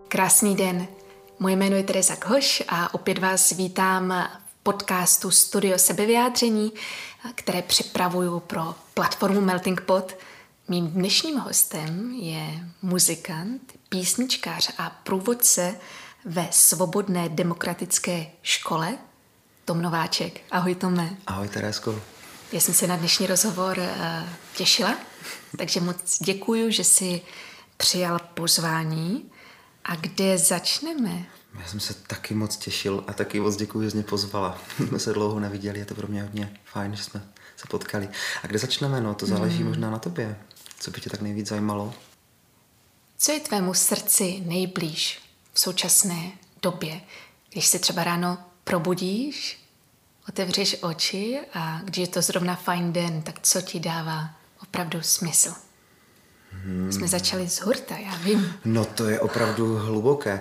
Krásný den, moje jméno je Tereza Khoš a opět vás vítám v podcastu Studio sebevyjádření, které připravuju pro platformu Melting Pot. Mým dnešním hostem je muzikant, písničkář a průvodce ve Svobodné demokratické škole Tom Nováček. Ahoj Tome. Ahoj Terezko. Já jsem se na dnešní rozhovor těšila, takže moc děkuju, že jsi přijal pozvání. A kde začneme? Já jsem se taky moc těšil a taky moc děkuji, že jsi mě pozvala. Jsme se dlouho neviděli, je to pro mě hodně fajn, že jsme se potkali. A kde začneme? No, to záleží možná na tobě. Co by tě tak nejvíc zajímalo? Co je tvému srdci nejblíž v současné době? Když se třeba ráno probudíš, otevřeš oči a když je to zrovna fajn den, tak co ti dává opravdu smysl? Jsme začali z hurta, já vím. No to je opravdu hluboké.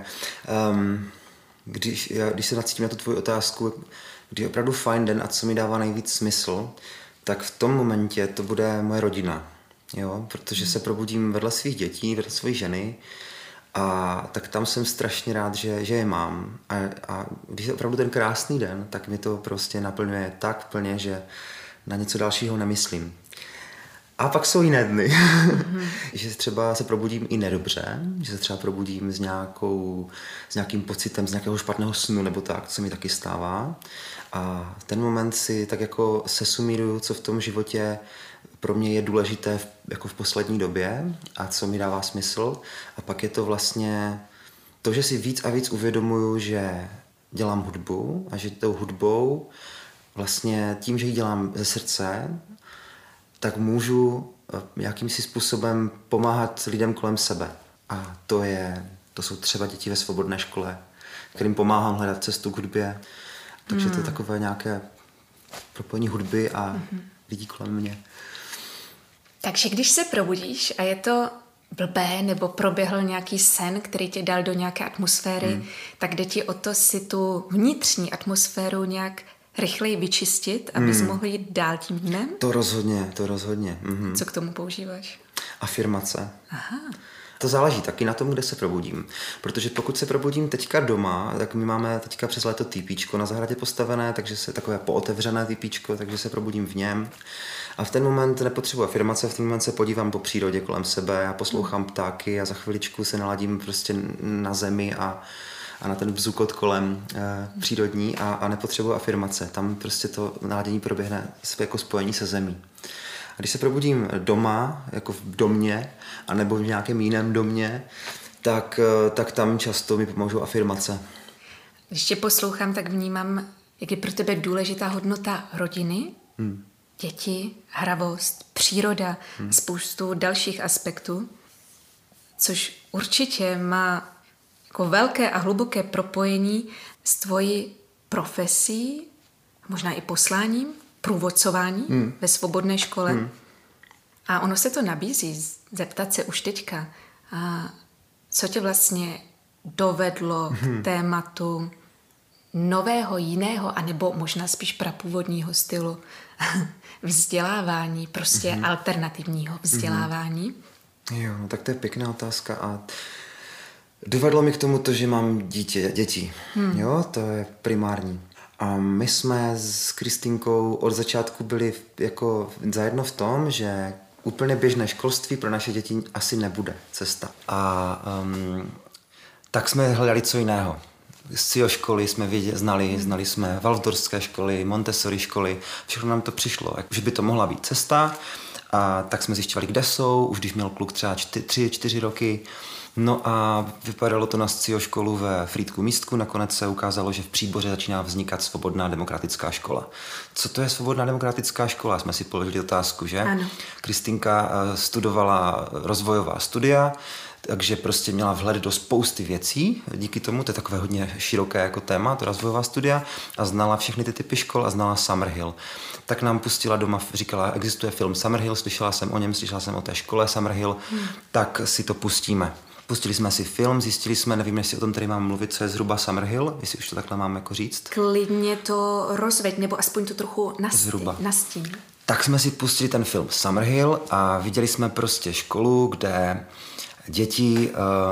Když se nacítím na tu tvoji otázku, když je opravdu fajn den a co mi dává nejvíc smysl, tak v tom momentě to bude moje rodina. Jo? Protože se probudím vedle svých dětí, vedle své ženy a tak tam jsem strašně rád, že je mám. A když je opravdu ten krásný den, tak mi to prostě naplňuje tak plně, že na něco dalšího nemyslím. A pak jsou jiné dny, že třeba se probudím i nedobře, že se třeba probudím s nějakým pocitem z nějakého špatného snu nebo tak, co mi taky stává. A v ten moment si tak jako sesumíruju, co v tom životě pro mě je důležité jako v poslední době a co mi dává smysl. A pak je to vlastně to, že si víc a víc uvědomuju, že dělám hudbu a že tou hudbou vlastně tím, že ji dělám ze srdce, tak můžu jakýmsi způsobem pomáhat lidem kolem sebe. A to jsou třeba děti ve svobodné škole, kterým pomáhám hledat cestu k hudbě. Takže to je takové nějaké propojení hudby a lidí kolem mě. Takže když se probudíš a je to blbé nebo proběhl nějaký sen, který tě dal do nějaké atmosféry, tak jde ti o to si tu vnitřní atmosféru nějak rychleji vyčistit, abys mohl jít dál tím dnem? To rozhodně. Co k tomu používáš? Afirmace. Aha. To záleží taky na tom, kde se probudím. Protože pokud se probudím teďka doma, tak my máme teďka přes léto týpíčko na zahradě postavené, takže se takové pootevřené týpíčko, takže se probudím v něm. A v ten moment nepotřebuji afirmace, v ten moment se podívám po přírodě kolem sebe a poslouchám ptáky a za chviličku se naladím prostě na zemi a na ten bzukot kolem přírodní a nepotřebuji afirmace. Tam prostě to naladění proběhne jako spojení se zemí. A když se probudím doma, jako v domě, anebo v nějakém jiném domě, tak tam často mi pomůžou afirmace. Když tě poslouchám, tak vnímám, jak je pro tebe důležitá hodnota rodiny, děti, hravost, příroda, spoustu dalších aspektů, což určitě má jako velké a hluboké propojení s tvojí profesí, možná i posláním, průvodcování ve svobodné škole. A ono se to nabízí, zeptat se už teďka, a co tě vlastně dovedlo k tématu nového, jiného, anebo možná spíš prapůvodního stylu vzdělávání, prostě alternativního vzdělávání? Jo, no tak to je pěkná otázka a dovedlo mi k tomu to, že mám děti. Jo, to je primární. A my jsme s Kristýnkou od začátku byli jako zajedno v tom, že úplně běžné školství pro naše děti asi nebude cesta. A tak jsme hledali co jiného. Z CIO školy jsme znali jsme Waldorfské školy, Montessori školy, všechno nám to přišlo, že by to mohla být cesta. A tak jsme zjišťovali, kde jsou, už když měl kluk třeba 3-4 roky. No a vypadalo to na CIO školu ve Frýdku Místku. Nakonec se ukázalo, že v Příboře začíná vznikat Svobodná demokratická škola. Co to je Svobodná demokratická škola? Jsme si položili otázku, že? Ano. Kristýnka studovala rozvojová studia, takže prostě měla vhled do spousty věcí. Díky tomu, to je takové hodně široké jako téma, to rozvojová studia, a znala všechny ty typy škol a znala Summerhill. Tak nám pustila doma, říkala, existuje film Summerhill, slyšela jsem o něm, slyšela jsem o té škole Summerhill, tak si to pustíme. Pustili jsme si film, zjistili jsme, nevím, jestli o tom tady mám mluvit, co je zhruba Summerhill, jestli už to takhle mám jako říct. Klidně to rozveď, nebo aspoň to trochu nastín. Tak jsme si pustili ten film Summerhill a viděli jsme prostě školu, kde Děti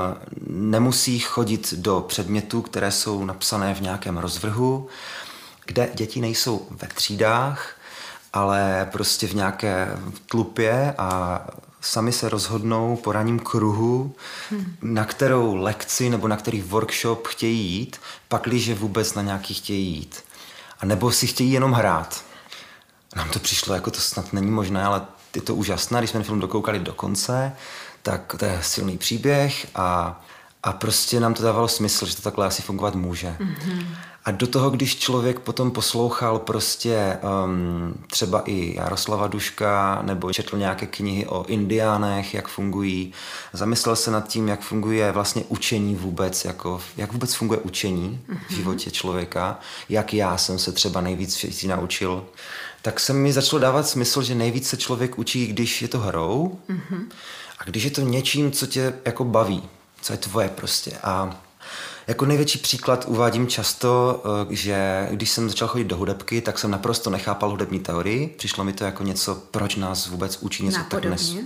nemusí chodit do předmětů, které jsou napsané v nějakém rozvrhu, kde děti nejsou ve třídách, ale prostě v nějaké tlupě a sami se rozhodnou po ranním kruhu, na kterou lekci nebo na který workshop chtějí jít, pakliže vůbec na nějaký chtějí jít. A nebo si chtějí jenom hrát. Nám to přišlo, jako to snad není možné, ale je to úžasné, když jsme ten film dokoukali do konce, tak to je silný příběh a prostě nám to dávalo smysl, že to takhle asi fungovat může. A do toho, když člověk potom poslouchal prostě třeba i Jaroslava Duška nebo četl nějaké knihy o indiánech, jak fungují, zamyslel se nad tím, jak funguje vlastně učení vůbec, jak vůbec funguje učení v životě člověka, jak já jsem se třeba nejvíc věcí naučil, tak se mi začalo dávat smysl, že nejvíc se člověk učí, když je to hrou a když je to něčím, co tě jako baví, co je tvoje prostě. A jako největší příklad uvádím často, že když jsem začal chodit do hudebky, tak jsem naprosto nechápal hudební teorii. Přišlo mi to jako něco, proč nás vůbec učí něco tak dnes.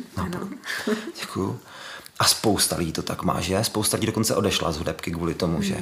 Děkuju. A spousta lidí to tak má, že? Spousta lidí dokonce odešla z hudebky kvůli tomu, že?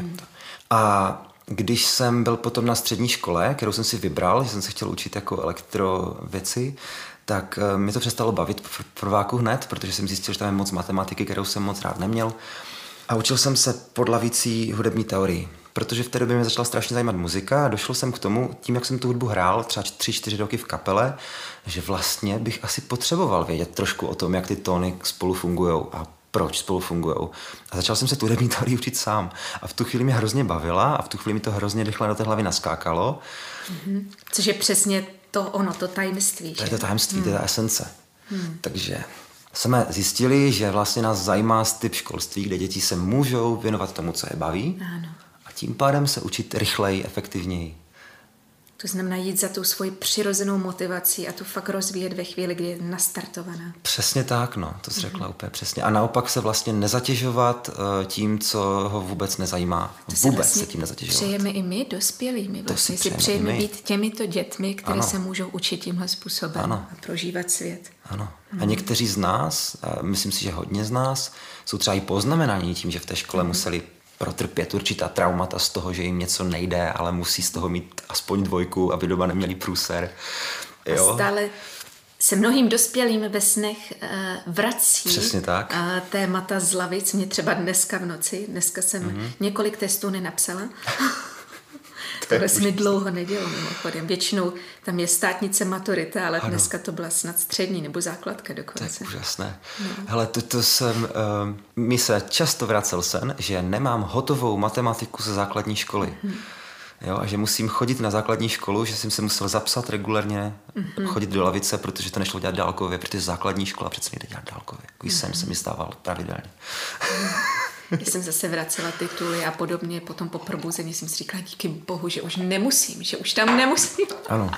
A když jsem byl potom na střední škole, kterou jsem si vybral, že jsem se chtěl učit jako elektro věci, tak mi to přestalo bavit v prváku hned, protože jsem zjistil, že tam je moc matematiky, kterou jsem moc rád neměl. A učil jsem se podlavící hudební teorii, protože v té době mě začala strašně zajímat muzika a došel jsem k tomu, tím, jak jsem tu hudbu hrál třeba 3-4 roky v kapele, že vlastně bych asi potřeboval vědět trošku o tom, jak ty tóny spolu fungujou a proč spolu fungujou. A začal jsem se tu hudební teorii učit sám. A v tu chvíli mě hrozně bavila a v tu chvíli mi to hrozně rychle do té hlavy naskákalo. Což je přesně to tajemství. To je to tajemství, to je ta esence. Takže jsme zjistili, že vlastně nás zajímá typ školství, kde děti se můžou věnovat tomu, co je baví. Ano. A tím pádem se učit rychleji, efektivněji. To znamená jít za tou svoji přirozenou motivací a tu fakt rozvíjet ve chvíli, kdy je nastartovaná. Přesně tak, no, to jsi řekla úplně přesně. A naopak se vlastně nezatěžovat tím, co ho vůbec nezajímá. Vůbec se tím nezatěžovat. Přejeme i my, dospělí. My vlastně si přejeme být těmito dětmi, které se můžou učit tímhle způsobem a prožívat svět. Ano. A někteří z nás, a myslím si, že hodně z nás, jsou třeba i poznamenaní tím, že v té škole museli protrpět určitá traumata z toho, že jim něco nejde, ale musí z toho mít aspoň 2, aby doma neměli průser. Jo? A stále se mnohým dospělým ve snech vrací přesně tak. Témata z lavic. Mě třeba dneska v noci, dneska jsem několik testů nenapsala. Tohle se mi dlouho nedělo mimochodem. Většinou tam je státnice, maturita, ale dneska to byla snad střední nebo základka dokonce. To je úžasné. Hele, mi se často vracel sen, že nemám hotovou matematiku ze základní školy. Jo, a že musím chodit na základní školu, že jsem se musel zapsat regulérně, chodit do lavice, protože to nešlo dělat dálkově, protože základní škola přece nejde dělat dálkově. Takový sen se mi stával pravidelně. Já jsem zase vracela tituly a podobně, potom po probuzení jsem si říkala, díky bohu, že už nemusím, že už tam nemusím. Ano.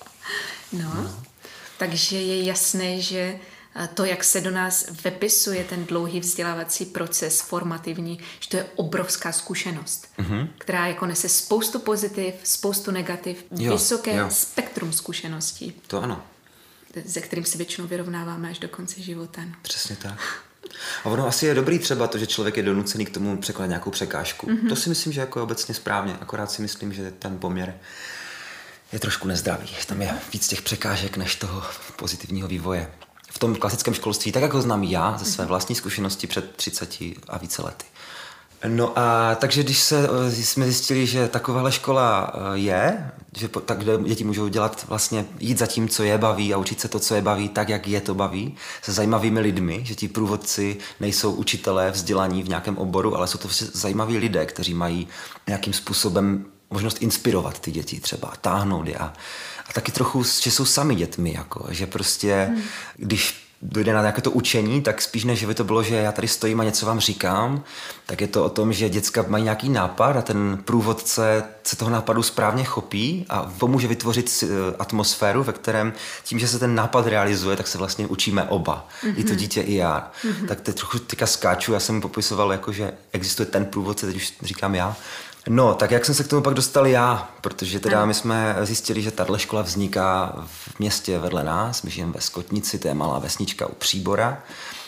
No. Takže je jasné, že to, jak se do nás vepisuje ten dlouhý vzdělávací proces formativní, že to je obrovská zkušenost, která jako nese spoustu pozitiv, spoustu negativ, vysoké spektrum zkušeností. To ano. Se kterým se většinou vyrovnáváme až do konce života. No. Přesně tak. A ono asi je dobrý třeba to, že člověk je donucený k tomu překonat nějakou překážku. To si myslím, že jako je obecně správně, akorát si myslím, že ten poměr je trošku nezdravý. Tam je víc těch překážek než toho pozitivního vývoje. V tom klasickém školství, tak jak ho znám já ze své vlastní zkušenosti před 30 a více lety. No a takže když jsme zjistili, že takováhle škola je, že kde děti můžou dělat vlastně, jít za tím, co je baví a učit se to, co je baví, tak, jak je to baví, se zajímavými lidmi, že ti průvodci nejsou učitelé vzdělaní v nějakém oboru, ale jsou to zajímaví lidé, kteří mají nějakým způsobem možnost inspirovat ty děti třeba, táhnout je a taky trochu, že jsou sami dětmi, jako, že prostě, když dojde na nějaké to učení, tak spíš než by to bylo, že já tady stojím a něco vám říkám, tak je to o tom, že děcka mají nějaký nápad a ten průvodce se toho nápadu správně chopí a pomůže vytvořit atmosféru, ve kterém tím, že se ten nápad realizuje, tak se vlastně učíme oba. I to dítě, i já. Tak teď trochu teďka skáču, já jsem mu popisoval, jako, že existuje ten průvodce, teď už říkám já. No, tak jak jsem se k tomu pak dostal já, protože teda my jsme zjistili, že tahle škola vzniká v městě vedle nás, my žijeme ve Skotnici, to je malá vesnička u Příbora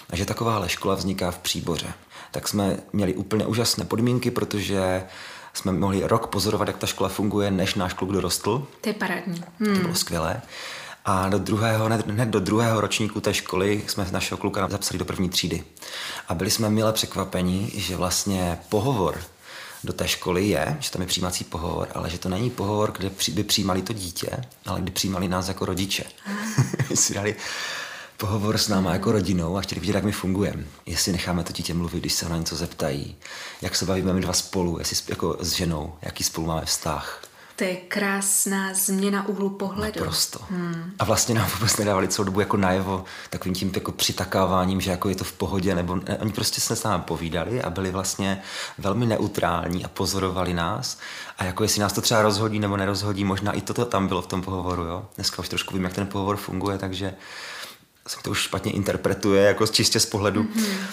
a že takováhle škola vzniká v Příboře. Tak jsme měli úplně úžasné podmínky, protože jsme mohli rok pozorovat, jak ta škola funguje, než náš kluk dorostl. To je parádní. To bylo skvělé. A hned do druhého ročníku té školy jsme našeho kluka zapsali do 1. třídy. A byli jsme mile překvapeni, že vlastně pohovor do té školy je, že tam je přijímací pohovor, ale že to není pohovor, kde by přijímali to dítě, ale kdy přijímali nás jako rodiče. Si dali pohovor s náma jako rodinou a chtěli vidět, jak my fungujeme. Jestli necháme to dítě mluvit, když se na něco zeptají, jak se bavíme my dva spolu, jestli jako s ženou, jaký spolu máme vztah. To je krásná změna úhlu pohledu. Naprosto. A vlastně nám vůbec nedávali celou dobu jako najevo takovým tím jako přitakáváním, že jako je to v pohodě, nebo ne, oni prostě se s námi povídali a byli vlastně velmi neutrální a pozorovali nás. A jako jestli nás to třeba rozhodí nebo nerozhodí, možná i toto tam bylo v tom pohovoru. Jo? Dneska už trošku vím, jak ten pohovor funguje, takže se to už špatně interpretuje, jako čistě z pohledu.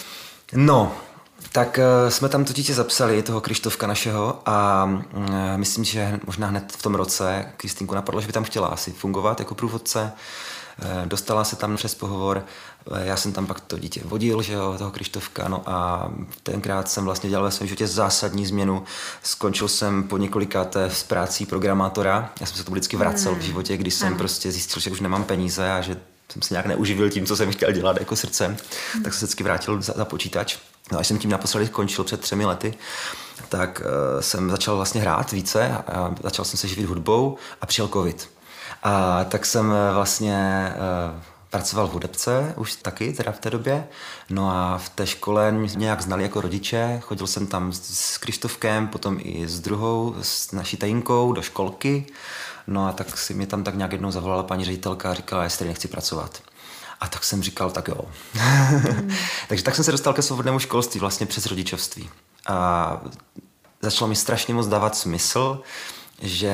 No, tak jsme tam to dítě zapsali, toho Krištofka našeho a myslím, že možná hned v tom roce Kristýnku napadlo, že by tam chtěla asi fungovat jako průvodce. Dostala se tam přes pohovor, já jsem tam pak to dítě vodil, že jo, toho Krištofka, no a tenkrát jsem vlastně dělal ve svém životě zásadní změnu. Skončil jsem po několikáté s prací programátora, já jsem se to vždycky vracel v životě, když jsem prostě zjistil, že už nemám peníze a že jsem se nějak neuživil tím, co jsem chtěl dělat jako srdcem, tak jsem se vždycky vrátil za počítač. No a až jsem tím naposledy skončil před 3 lety, tak jsem začal vlastně hrát více a začal jsem se živit hudbou a přijel covid. A tak jsem vlastně pracoval v hudebce už taky, teda v té době. No a v té škole mě nějak znali jako rodiče. Chodil jsem tam s Krištofkem, potom i s druhou, s naší tajinkou do školky. No a tak si mě tam tak nějak jednou zavolala paní ředitelka a říkala, jestli tady nechci pracovat. A tak jsem říkal, tak jo. Takže tak jsem se dostal ke svobodnému školství vlastně přes rodičovství. A začalo mi strašně moc dávat smysl, že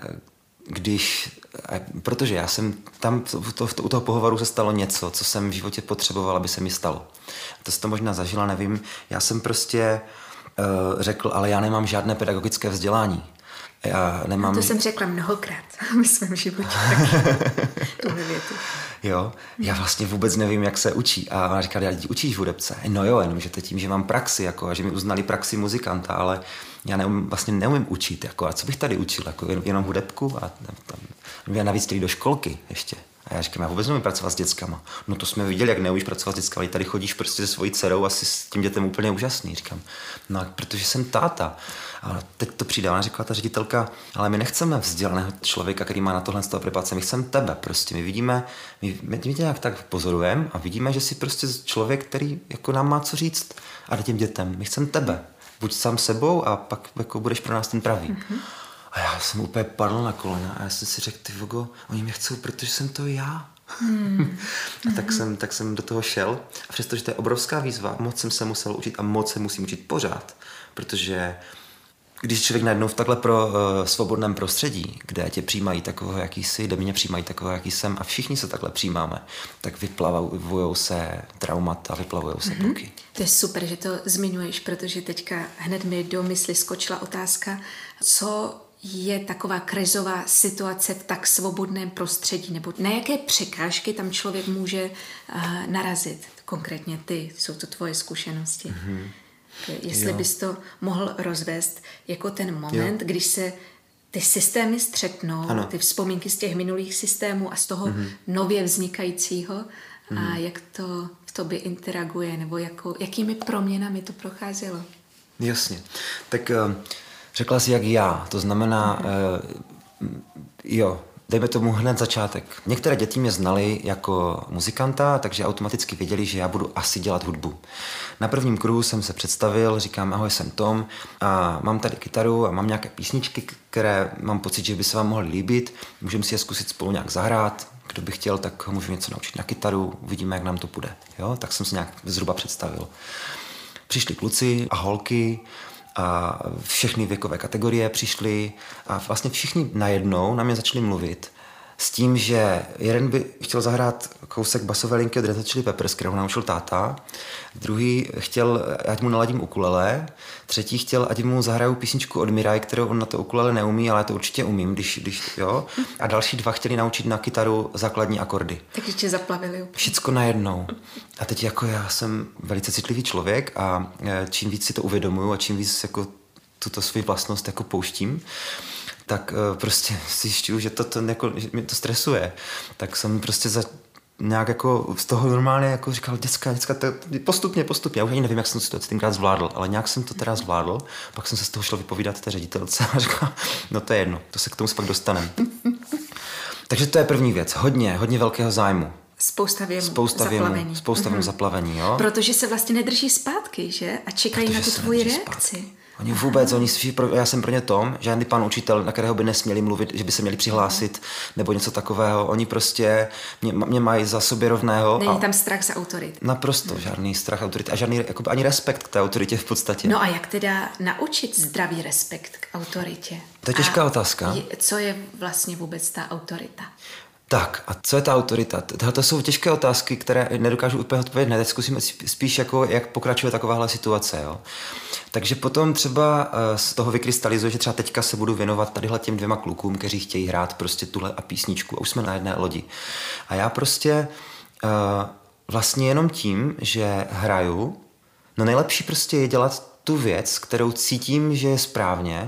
protože já jsem tam u toho pohovoru se stalo něco, co jsem v životě potřeboval, aby se mi stalo. To jsi to možná zažila, nevím. Já jsem prostě řekl, ale já nemám žádné pedagogické vzdělání. Já nemám... To jsem řekla mnohokrát ve svém životě. Tuhle větu. Jo, já vlastně vůbec nevím, jak se učí. A ona říkala, já učíš v hudebce. No jo, jenomže to tím, že mám praxi, jako, a že mi uznali praxi muzikanta, ale já vlastně neumím učit. Jako, a co bych tady učil? Jako, jenom hudebku? A já navíc chtěli do školky ještě. A já říkám, já vůbec neumím pracovat s dětskama. No to jsme viděli, jak neumíš pracovat s dětskama, ale tady chodíš prostě se svojí dcerou, asi s tím dětem úplně úžasný. Říkám, no protože jsem táta. A teď to přijde, ona říkala ta ředitelka, ale my nechceme vzdělaného člověka, který má na tohle z toho preparace, my chceme tebe prostě. My vidíme, my tě nějak tak pozorujeme a vidíme, že jsi prostě člověk, který jako nám má co říct a těm dětem. My chceme tebe. Buď sám sebou a pak jako budeš pro nás ten pravý. Mm-hmm. A já jsem úplně padl na kolena a já jsem si řekl, ty vogo, oni mě chcou, protože jsem to já. A tak jsem do toho šel. A přestože to je obrovská výzva, moc jsem se musel učit a moc se musím učit pořád. Protože když člověk najednou v takhle svobodném prostředí, kde tě přijímají takového, jaký jsi, kde mě přijímají takového, jaký jsem a všichni se takhle přijímáme, tak vyplavujou se traumata, vyplavujou se bloky. To je super, že to zmiňuješ, protože teďka hned mi do mysli skočila otázka, co je taková krizová situace v tak svobodném prostředí, nebo na jaké překážky tam člověk může narazit. Konkrétně ty, jsou to tvoje zkušenosti. Mm-hmm. Jestli bys to mohl rozvést jako ten moment, když se ty systémy střetnou, ano. Ty vzpomínky z těch minulých systémů a z toho nově vznikajícího a jak to v tobě interaguje, nebo jakými proměnami to procházelo. Jasně. Tak řekla jsi jak já, to znamená, dejme tomu hned začátek. Některé děti mě znaly jako muzikanta, takže automaticky věděli, že já budu asi dělat hudbu. Na prvním kruhu jsem se představil, říkám, ahoj, jsem Tom a mám tady kytaru a mám nějaké písničky, které mám pocit, že by se vám mohly líbit. Můžeme si je zkusit spolu nějak zahrát. Kdo by chtěl, tak ho můžu něco naučit na kytaru, uvidíme, jak nám to půjde. Jo? Tak jsem se nějak zhruba představil. Přišli kluci a holky a všechny věkové kategorie přišly a vlastně všichni najednou na mě začali mluvit S tím, že jeden by chtěl zahrát kousek basové linky od Red Hot Chili Peppers, kterou naučil táta, druhý chtěl, ať mu naladím ukulele, třetí chtěl, ať mu zahraju písničku od Mirai, kterou on na to ukulele neumí, ale to určitě umím, když jo. A další dva chtěli naučit na kytaru základní akordy. Takže tě zaplavili. Všecko najednou. A teď jako já jsem velice citlivý člověk a čím víc si to uvědomuju a čím víc jako tuto svou vlastnost jako pouštím, tak prostě zjišťuju, že že mě to stresuje. Tak jsem prostě nějak jako z toho normálně jako říkal, děcka, postupně. Já už ani nevím, jak jsem to tenkrát zvládl, ale nějak jsem to teda zvládl. Pak jsem se z toho šel vypovídat té ředitelce a říkal, no to je jedno, to se k tomu pak dostaneme. Takže to je první věc. Hodně velkého zájmu. Spousta věmu zaplavení, jo? Protože se vlastně nedrží zpátky, že? A čekají na tu tvoji reakci. Já jsem pro ně Tom, žádný pan učitel, na kterého by nesměli mluvit, že by se měli přihlásit, nebo něco takového. Oni prostě mě mají za sobě rovného. Není tam strach z autority. Naprosto, žádný strach autority a žádný jako, ani respekt k té autoritě v podstatě. No a jak teda naučit zdravý respekt k autoritě? To je těžká otázka. Co je vlastně vůbec ta autorita? Tak, a co je ta autorita? To jsou těžké otázky, které nedokážu úplně odpovědět. Teď zkusíme spíš, jako, jak pokračuje takováhle situace. Jo? Takže potom třeba z toho vykrystalizuje, že třeba teďka se budu věnovat tadyhle těm 2 klukům, kteří chtějí hrát prostě tuhle a písničku. A už jsme na jedné lodi. A já prostě vlastně jenom tím, že hraju, no nejlepší prostě je dělat tu věc, kterou cítím, že je správně,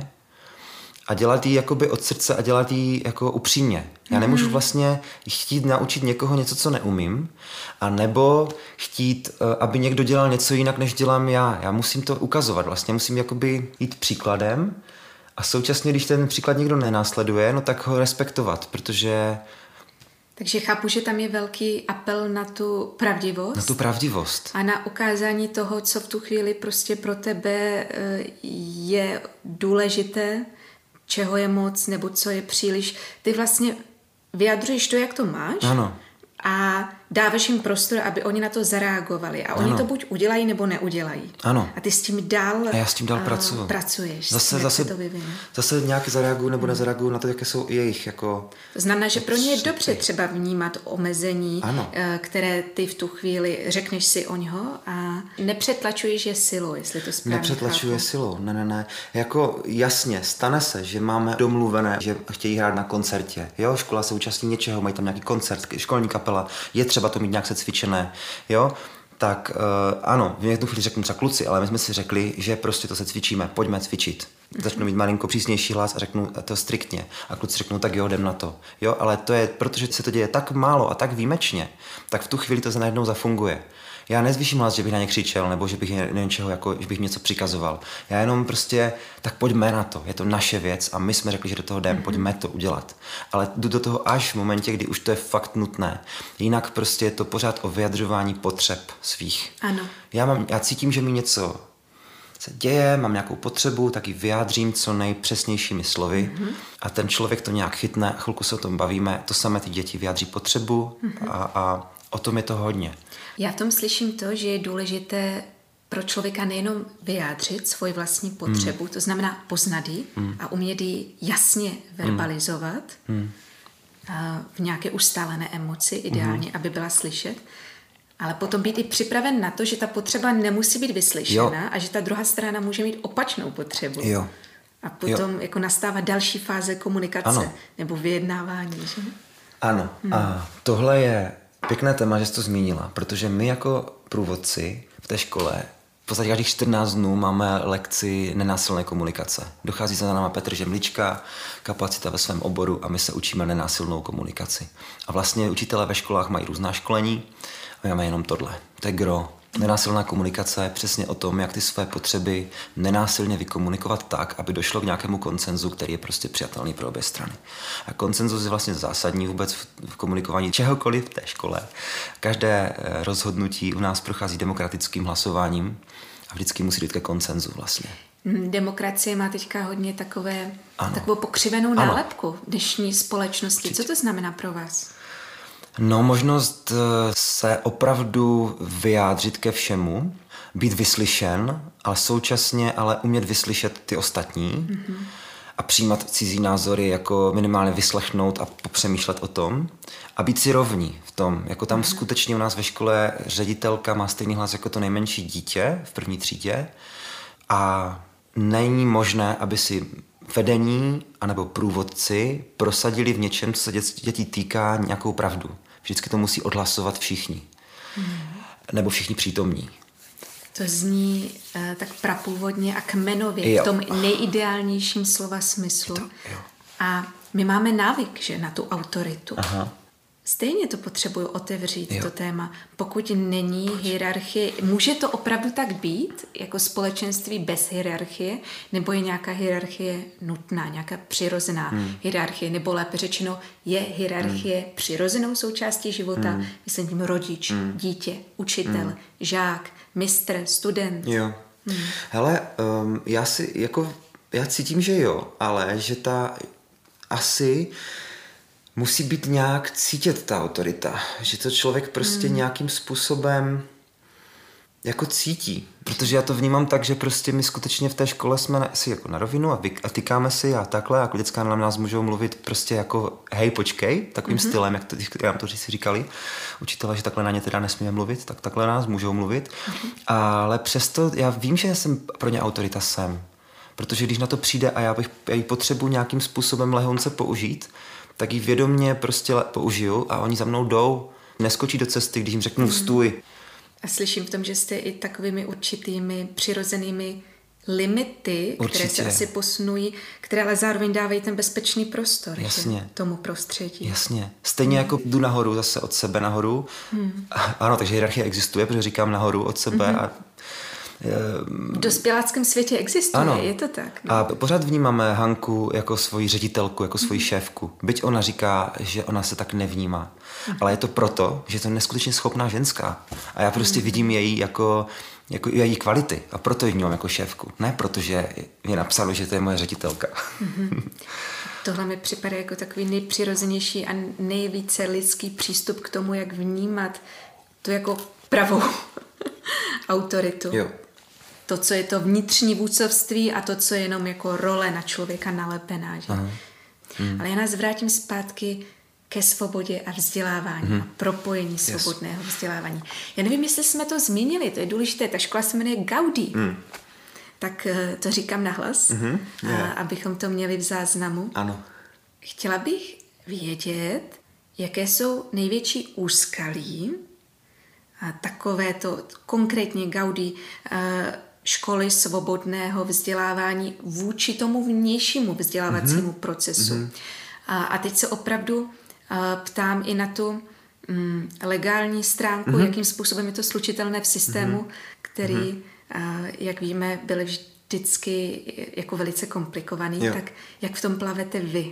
a dělat jí jakoby od srdce a dělat jí jako upřímně. Já nemůžu vlastně chtít naučit někoho něco, co neumím, a nebo chtít, aby někdo dělal něco jinak, než dělám já. Já musím to ukazovat, vlastně musím jakoby jít příkladem a současně, když ten příklad někdo nenásleduje, no tak ho respektovat, protože... Takže chápu, že tam je velký apel na tu pravdivost. Na tu pravdivost. A na ukázání toho, co v tu chvíli prostě pro tebe je důležité, čeho je moc, nebo co je příliš. Ty vlastně vyjadřuješ to, jak to máš. Ano. A dáváš jim prostor, aby oni na to zareagovali. A oni to buď udělají, nebo neudělají. Ano. A ty s tím dál, pracuješ. Zase nějak zareagují nebo nezareagují na to, jaké jsou jejich. Jako, to znamená, že pro ně je dobře třeba vnímat omezení, které ty v tu chvíli řekneš si o něho a nepřetlačuješ je silou, jestli to správně Nepřetlačuje silou, ne. Jako jasně, stane se, že máme domluvené, že chtějí hrát na koncertě. Jo, škola se účastní něčeho, mají tam nějaký koncert, školní kapela, je třeba to mít nějak secvičené, jo, tak ano, v jednu chvíli řeknu třeba kluci, ale my jsme si řekli, že prostě to se cvičíme, pojďme cvičit. Začnu mít malinko přísnější hlas a řeknu to striktně. A kluci řeknou, tak jo, jdem na to. Jo, ale to je, protože se to děje tak málo a tak výjimečně, tak v tu chvíli to najednou zafunguje. Já nezvýším hlas, že bych na ně křičel, nebo že bych něčeho, jako, že bych něco přikazoval. Já jenom prostě, tak pojďme na to, je to naše věc a my jsme řekli, že do toho jdeme, pojďme to udělat. Ale jdu do toho až v momentě, kdy už to je fakt nutné. Jinak prostě je to pořád o vyjadřování potřeb svých. Ano. Já cítím, že mi něco se děje, mám nějakou potřebu, tak ji vyjádřím co nejpřesnějšími slovy a ten člověk to nějak chytne, chvilku se o tom bavíme, to samé ty děti vyjádří potřebu a o tom je to hodně. Já v tom slyším to, že je důležité pro člověka nejenom vyjádřit svoji vlastní potřebu, to znamená poznat ji a umět ji jasně verbalizovat v nějaké ustálené emoci, ideálně, aby byla slyšet, ale potom být i připraven na to, že ta potřeba nemusí být vyslyšena a že ta druhá strana může mít opačnou potřebu. Jo. A potom jako nastává další fáze komunikace nebo vyjednávání. Že? Ano. A tohle je pěkné téma, že jsi to zmínila, protože my jako průvodci v té škole v podstatě každých 14 dnů máme lekci nenásilné komunikace. Dochází za náma Petr Žemlička, kapacita ve svém oboru a my se učíme nenásilnou komunikaci. A vlastně učitelé ve školách mají různá školení a my máme jenom tohle. To je gro. Nenásilná komunikace je přesně o tom, jak ty své potřeby nenásilně vykomunikovat tak, aby došlo k nějakému konsenzu, který je prostě přijatelný pro obě strany. A konsenzus je vlastně zásadní vůbec v komunikování čehokoliv v té škole. Každé rozhodnutí u nás prochází demokratickým hlasováním a vždycky musí jít ke konsenzu vlastně. Demokracie má teďka hodně takovou pokřivenou nálepku v dnešní společnosti. Co to znamená pro vás? No, možnost se opravdu vyjádřit ke všemu, být vyslyšen, ale současně umět vyslyšet ty ostatní a přijímat cizí názory, jako minimálně vyslechnout a popřemýšlet o tom a být si rovní v tom. Jako tam skutečně u nás ve škole ředitelka má stejný hlas jako to nejmenší dítě v první třídě a není možné, aby si vedení anebo průvodci prosadili v něčem, co se dětí týká, nějakou pravdu. Vždycky to musí odhlasovat všichni. Nebo všichni přítomní. To zní tak prapůvodně a kmenově, v tom nejideálnějším slova smyslu. A my máme návyk, že na tu autoritu. Aha. Stejně to potřebuju otevřít, to téma. Pokud není hierarchie, může to opravdu tak být, jako společenství bez hierarchie, nebo je nějaká hierarchie nutná, nějaká přirozená hierarchie, nebo lépe řečeno, je hierarchie přirozenou součástí života, myslím tím rodič, dítě, učitel, žák, mistr, student. Jo. Hele, já cítím, že jo, ale že asi musí být nějak cítit ta autorita, že to člověk prostě nějakým způsobem jako cítí. Protože já to vnímám tak, že prostě my skutečně v té škole jsme si jako na rovinu a tykáme si a takhle a vždycky na nás můžou mluvit prostě jako hej, počkej, takovým stylem, jak to, když nám to si říkali učitelé, že takhle na ně teda nesmíme mluvit, tak takhle nás můžou mluvit. Ale přesto já vím, že jsem pro ně autorita jsem. Protože když na to přijde a já ji potřebuji nějakým způsobem lehonce použít, tak ji vědomě prostě použiju a oni za mnou jdou, neskočí do cesty, když jim řeknu stůj. A slyším v tom, že jste i takovými určitými přirozenými limity, které se asi posunují, které ale zároveň dávají ten bezpečný prostor tomu prostředí. Jasně. Stejně jako jdu nahoru zase od sebe nahoru. Ano, takže hierarchie existuje, protože říkám nahoru od sebe a v dospěláckém světě existuje, ano. Je to tak. No? A pořád vnímáme Hanku jako svoji ředitelku, jako svoji šéfku. Byť ona říká, že ona se tak nevnímá. Ale je to proto, že je to neskutečně schopná ženská. A já prostě vidím její jako její kvality. A proto ji vnímám jako šéfku. Ne protože je napsáno, že to je moje ředitelka. Tohle mi připadá jako takový nejpřirozenější a nejvíce lidský přístup k tomu, jak vnímat tu jako pravou autoritu. Jo. To, co je to vnitřní vůdcovství a to, co je jenom jako role na člověka nalepená. Že? Ale já nás vrátím zpátky ke svobodě a vzdělávání a propojení svobodného vzdělávání. Já nevím, jestli jsme to zmínili, to je důležité, ta škola se jmenuje Gaudí. Tak to říkám nahlas, abychom to měli v záznamu. Ano. Chtěla bych vědět, jaké jsou největší úskalí a takovéto konkrétně Gaudí školy svobodného vzdělávání vůči tomu vnějšímu vzdělávacímu procesu. A teď se opravdu ptám i na tu legální stránku, jakým způsobem je to slučitelné v systému, který, jak víme, byl vždycky jako velice komplikovaný. Tak jak v tom plavete vy?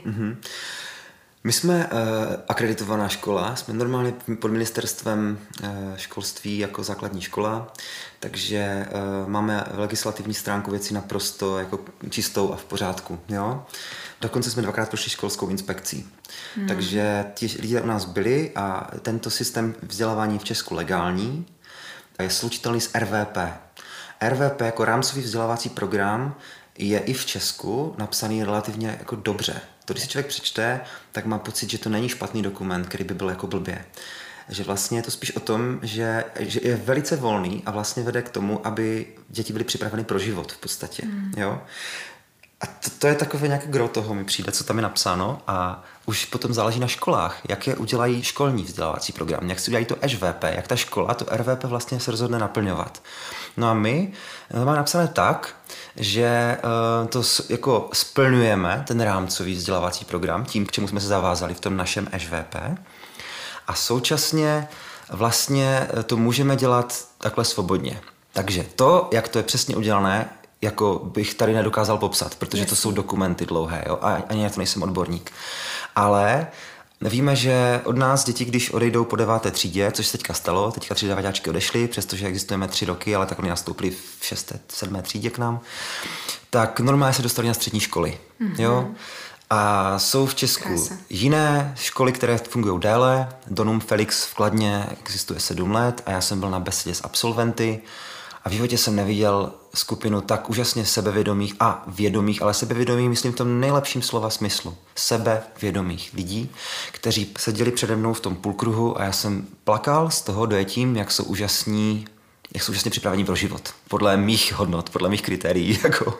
My jsme akreditovaná škola, jsme normálně pod ministerstvem školství jako základní škola, takže máme legislativní stránku věcí naprosto jako čistou a v pořádku. Jo? Dokonce jsme 2krát prošli školskou inspekcí. Takže ti lidé u nás byli a tento systém vzdělávání v Česku legální je slučitelný s RVP. RVP jako rámcový vzdělávací program je i v Česku napsaný relativně jako dobře. To, když si člověk přečte, tak má pocit, že to není špatný dokument, který by byl jako blbě. Že vlastně je to spíš o tom, že je velice volný a vlastně vede k tomu, aby děti byly připraveny pro život v podstatě. Jo? A to je takové nějaké gro toho mi přijde, co tam je napsáno a už potom záleží na školách, jak je udělají školní vzdělávací program, jak si udělají to ŽVP, jak ta škola to RVP vlastně se rozhodne naplňovat. No a my máme napsané tak, že to jako splňujeme, ten rámcový vzdělávací program, tím, k čemu jsme se zavázali v tom našem ŽVP a současně vlastně to můžeme dělat takhle svobodně. Takže to, jak to je přesně udělané, jako bych tady nedokázal popsat, protože to jsou dokumenty dlouhé, jo? A ani na to nejsem odborník. Ale víme, že od nás děti, když odejdou po 9. třídě, což se teďka stalo, teďka 3 deváťáčky odešly, přestože existujeme 3 roky, ale tak oni nastoupili v 6. 7. třídě k nám, tak normálně se dostali na střední školy. Jo? A jsou v Česku jiné školy, které fungují déle. Donum Felix v Kladně existuje 7 let a já jsem byl na besedě s absolventy A v životě jsem neviděl skupinu tak úžasně sebevědomých a vědomých, ale sebevědomých myslím v tom nejlepším slova smyslu. Sebevědomých lidí, kteří seděli přede mnou v tom půlkruhu a já jsem plakal z toho dojetím, jak jsou úžasně připraveni pro život. Podle mých hodnot, podle mých kritérií. Jako.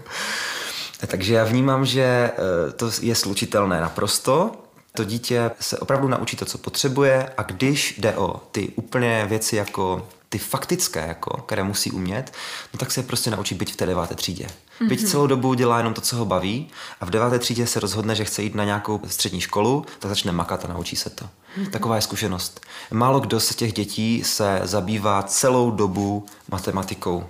Takže já vnímám, že to je slučitelné naprosto. To dítě se opravdu naučí to, co potřebuje, a když jde o ty úplně věci jako ty faktické, jako, které musí umět, no tak se prostě naučí být v té 9. třídě. Byť celou dobu dělá jenom to, co ho baví, a v 9. třídě se rozhodne, že chce jít na nějakou střední školu, tak začne makat a naučí se to. Taková je zkušenost. Málo kdo z těch dětí se zabývá celou dobu matematikou.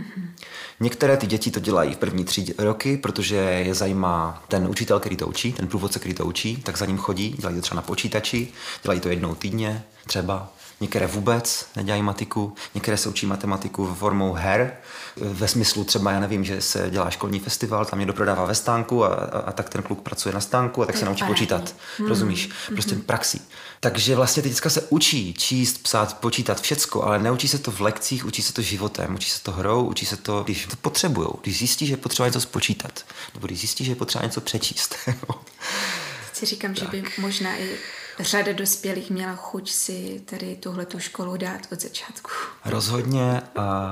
Některé ty děti to dělají v první 3 roky, protože je zajímá ten učitel, který to učí, ten průvodce, který to učí, tak za ním chodí, dělají to třeba na počítači, dělají to jednou týdně třeba. Některé vůbec nedělají matiku, některé se učí matematiku formou her, ve smyslu třeba, já nevím, že se dělá školní festival, tam někdo prodává ve stánku a tak ten kluk pracuje na stánku a tak se naučí počítat. Rozumíš? Prostě praxí. Takže vlastně ty děcka se učí číst, psát, počítat všecko, ale neučí se to v lekcích, učí se to životem, učí se to hrou, učí se to, když to potřebujou, když zjistí, že je potřeba něco spočítat, nebo když zjistí, že je potřeba něco přečíst. Teď si říkám, tak. Že by možná i řada dospělých měla chuť si tady tuhletu školu dát od začátku. Rozhodně,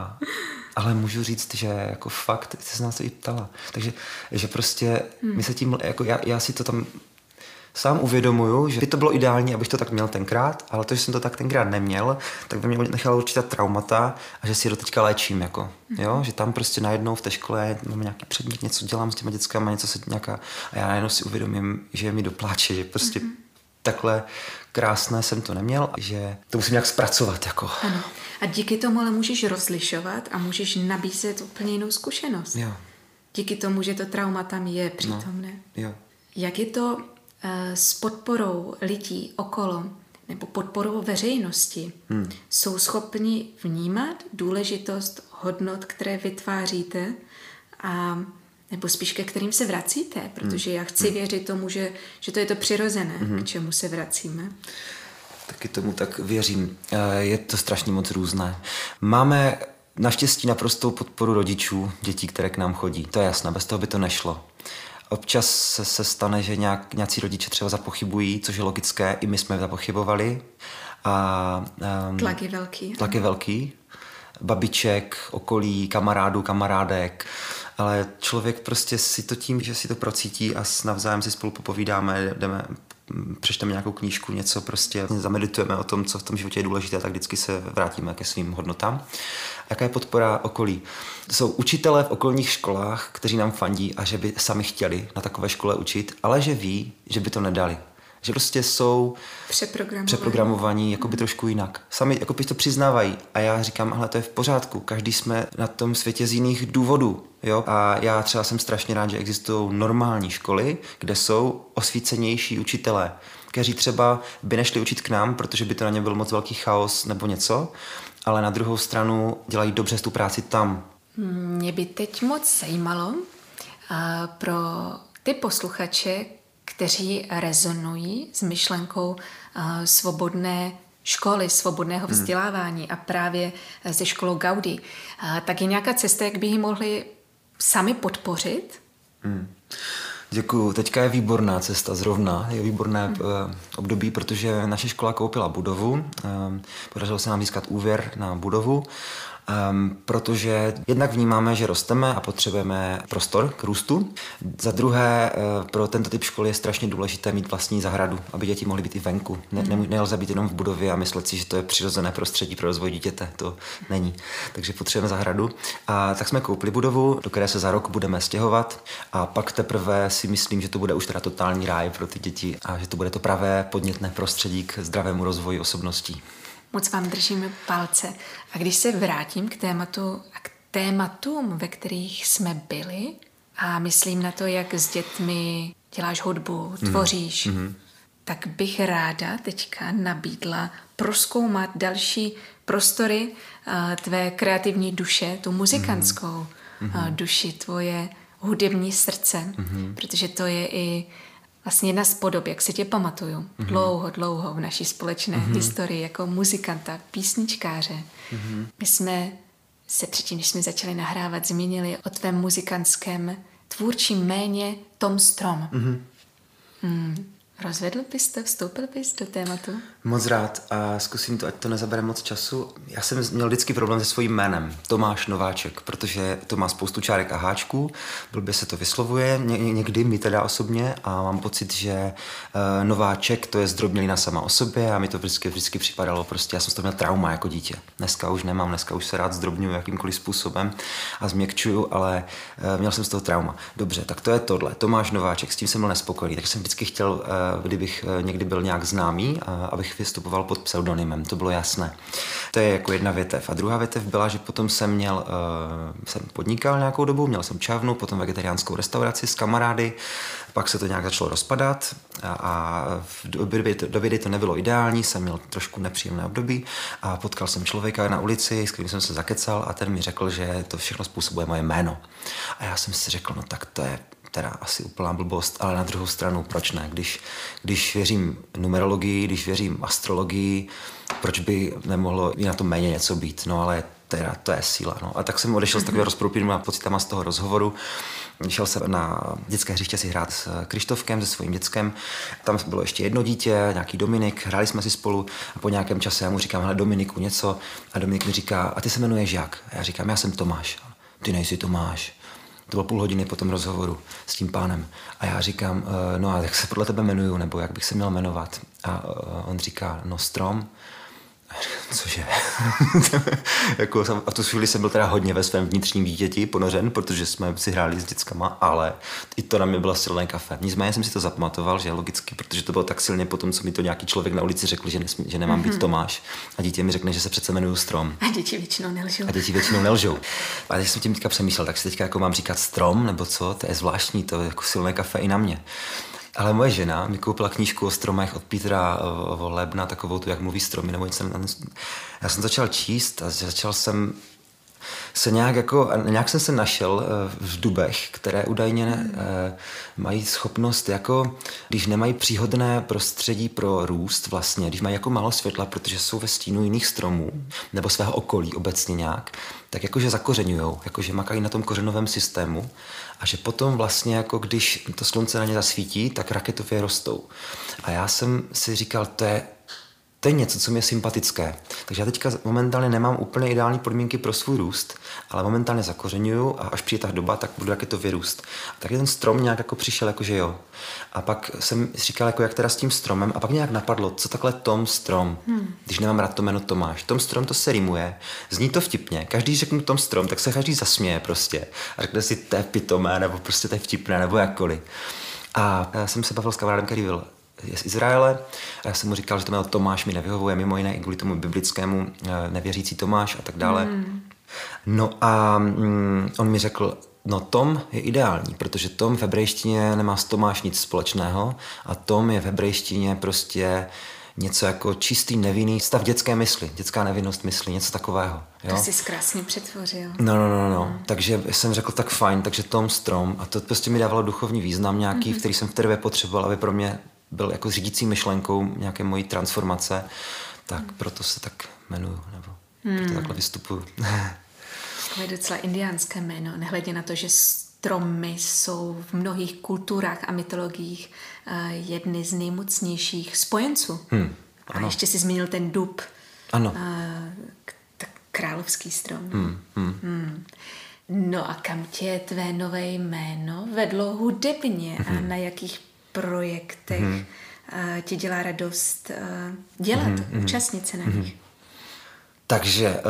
ale můžu říct, že jako fakt, ty jsi se nás to i ptala, takže že prostě my se tím, jako já si to tam sám uvědomuju, že by to bylo ideální, abych to tak měl tenkrát, ale to, že jsem to tak tenkrát neměl, tak by mě nechalo určitá traumata a že si je do teďka léčím, jako, jo? Že tam prostě najednou v té škole mám nějaký předmět, něco dělám s těma dětskama, něco se nějaká, a já najednou si uvědomím, že je mi dopláče, že prostě takhle krásné jsem to neměl, že to musím nějak zpracovat. Jako. Ano. A díky tomu ale můžeš rozlišovat a můžeš nabízet úplně jinou zkušenost. Jo. Díky tomu, že to trauma tam je přítomné. No. Jo. Jak je to s podporou lidí okolo nebo podporou veřejnosti? Jsou schopni vnímat důležitost hodnot, které vytváříte, a nebo spíš ke kterým se vracíte, protože já chci věřit tomu, že to je to přirozené, k čemu se vracíme. Taky tomu tak věřím. Je to strašně moc různé. Máme naštěstí naprostou podporu rodičů, dětí, které k nám chodí. To je jasné, bez toho by to nešlo. Občas se stane, že nějací rodiče třeba zapochybují, což je logické, i my jsme zapochybovali. Tlak je velký. Babiček, okolí, kamarádů, kamarádek. Ale člověk prostě si to tím, že si to procítí a navzájem si spolu popovídáme, přečteme nějakou knížku, něco prostě zameditujeme o tom, co v tom životě je důležité, tak vždycky se vrátíme ke svým hodnotám. Jaká je podpora okolí? Jsou učitelé v okolních školách, kteří nám fandí a že by sami chtěli na takové škole učit, ale že ví, že by to nedali. Že prostě jsou přeprogramovaní jakoby trošku jinak. Sami jakoby to přiznávají. A já říkám, hele, to je v pořádku. Každý jsme na tom světě z jiných důvodů. Jo? A já třeba jsem strašně rád, že existují normální školy, kde jsou osvícenější učitelé, kteří třeba by nešli učit k nám, protože by to na ně byl moc velký chaos nebo něco, ale na druhou stranu dělají dobře tu práci tam. Mě by teď moc zajímalo pro ty posluchače, kteří rezonují s myšlenkou svobodné školy, svobodného vzdělávání a právě se školou Gaudí. Tak je nějaká cesta, jak by ji mohli sami podpořit? Děkuju. Teďka je výborná cesta zrovna. Je výborné období, protože naše škola koupila budovu. Podařilo se nám získat úvěr na budovu, protože jednak vnímáme, že rosteme a potřebujeme prostor k růstu. Za druhé, pro tento typ školy je strašně důležité mít vlastní zahradu, aby děti mohly být i venku. Nelze být jenom v budově a myslet si, že to je přirozené prostředí pro rozvoj dítěte. To není. Takže potřebujeme zahradu. A tak jsme koupili budovu, do které se za rok budeme stěhovat, a pak teprve si myslím, že to bude už teda totální ráj pro ty děti a že to bude to pravé podnětné prostředí k zdravému rozvoji osobností. Moc vám držíme palce. A když se vrátím k tématu a k tématům, ve kterých jsme byli, a myslím na to, jak s dětmi děláš hudbu, tvoříš, tak bych ráda teďka nabídla prozkoumat další prostory tvé kreativní duše, tu muzikantskou duši, tvoje hudební srdce, protože to je i vlastně jedna z podob, jak se tě pamatuju, dlouho v naší společné historii jako muzikanta, písničkáře. My jsme se předtím, než jsme začali nahrávat, zmínili o tvém muzikantském tvůrčím jméně Tom Strom. Rozvedl bys to? Vstoupil bys do tématu? Moc rád a zkusím to, ať to nezabere moc času. Já jsem měl vždycky problém se svým jménem. Tomáš Nováček, protože to má spoustu čárek a háčků, blbě se to vyslovuje, někdy mi teda osobně a mám pocit, že Nováček to je zdrobnělina sama o sobě a mi to vždycky připadalo prostě, já jsem to měl trauma jako dítě. Dneska už nemám, dneska už se rád zdrobňuju jakýmkoliv způsobem a změkčuju, ale měl jsem z toho trauma. Dobře, tak to je tohle, Tomáš Nováček, s tím jsem byl nespokojený, takže jsem vždycky chtěl, kdybych někdy byl nějak známý, abych vystupoval pod pseudonymem, to bylo jasné. To je jako jedna větev. A druhá větev byla, že potom jsem podnikal nějakou dobu, měl jsem čavnu, potom vegetariánskou restauraci s kamarády, pak se to nějak začalo rozpadat a v době, kdy to nebylo ideální, jsem měl trošku nepříjemné období a potkal jsem člověka na ulici, s kterým jsem se zakecal a ten mi řekl, že to všechno způsobuje moje jméno. A já jsem si řekl, no tak to je teda asi úplná blbost, ale na druhou stranu, proč ne? Když věřím numerologii, když věřím astrologii, proč by nemohlo i na tom méně něco být? No ale teda, to je síla. No. A tak jsem odešel s takovým rozproupěným pocitama z toho rozhovoru. Šel jsem na dětské hřiště si hrát s Krištofkem, se svým dětskem. Tam bylo ještě jedno dítě, nějaký Dominik, hráli jsme si spolu a po nějakém čase já mu říkám, hele Dominiku, něco. A Dominik mi říká, a ty se jmenuješ jak? A já říkám, já jsem Tomáš. Ty nejsi Tomáš. To bylo půl hodiny po tom rozhovoru s tím pánem. A já říkám, no a jak se podle tebe jmenuju, nebo jak bych se měl jmenovat? A on říká, no Strom. Cože? Jako, a v tu chvíli jsem byl teda hodně ve svém vnitřním dítěti ponořen, protože jsme si hráli s dětskama, ale i to na mě bylo silné kafe. Nicméně jsem si to zapamatoval, že logicky, protože to bylo tak silně potom, co mi to nějaký člověk na ulici řekl, že nemám být Tomáš. A dítě mi řekne, že se přece jmenuju Strom. A děti většinou nelžou. A když jsem tím teďka přemýšlel, tak si teďka jako mám říkat Strom, nebo co? To je zvláštní, to je jako silné kafe i na mě. Ale moje žena mi koupila knížku o stromech od Petera Lebna, takovou tu, jak mluví stromy, nebo něco. Já jsem začal číst a začal jsem se nějak jsem se našel v dubech, které údajně mají schopnost, jako když nemají příhodné prostředí pro růst vlastně, když mají jako málo světla, protože jsou ve stínu jiných stromů, nebo svého okolí obecně nějak, tak jakože zakořeňujou, jakože makají na tom kořenovém systému a že potom vlastně jako když to slunce na ně zasvítí, tak raketově rostou. A já jsem si říkal, to je něco, co mi je sympatické. Takže já teďka momentálně nemám úplně ideální podmínky pro svůj růst, ale momentálně zakořeňuju a až přijde ta doba, tak budu raketově růst. A tak ten strom nějak jako přišel, jakože jo. A pak jsem říkal, jako jak teda s tím stromem, a pak nějak napadlo, co takhle Tom Strom, když nemám rád to jméno Tomáš. Tom Strom to se rimuje, zní to vtipně. Každý řeknu Tom Strom, tak se každý zasměje prostě. A řekne si, to je pitomé, nebo prostě to je vtipné, nebo jakkoliv. A já jsem se bavil s kamarádem, který byl z Izraele. A já jsem mu říkal, že to jméno Tomáš mi nevyhovuje, mimo jiné i kvůli tomu biblickému nevěřící Tomáš a tak dále. No a on mi řekl, no Tom je ideální, protože Tom v hebrejštině nemá s Tomáš nic společného a Tom je v hebrejštině prostě něco jako čistý, nevinný stav dětské mysli, dětská nevinnost mysli, něco takového. Jo? To jsi krásně přetvořil. No. Takže jsem řekl, tak fajn, takže Tom Strom a to prostě mi dávalo duchovní význam nějaký, který jsem v té době potřeboval, aby pro mě byl jako řídící myšlenkou nějaké mojí transformace, tak proto se tak jmenuju, nebo proto takhle vystupuju. To je docela indiánské jméno, nehledě na to, že stromy jsou v mnohých kulturách a mytologiích jedny z nejmocnějších spojenců. A ještě si zmínil ten dub. Ano. Královský strom. No a kam tě tvé nové jméno vedlo hudebně a na jakých projektech ti dělá radost dělat, účastnit se na nich? Takže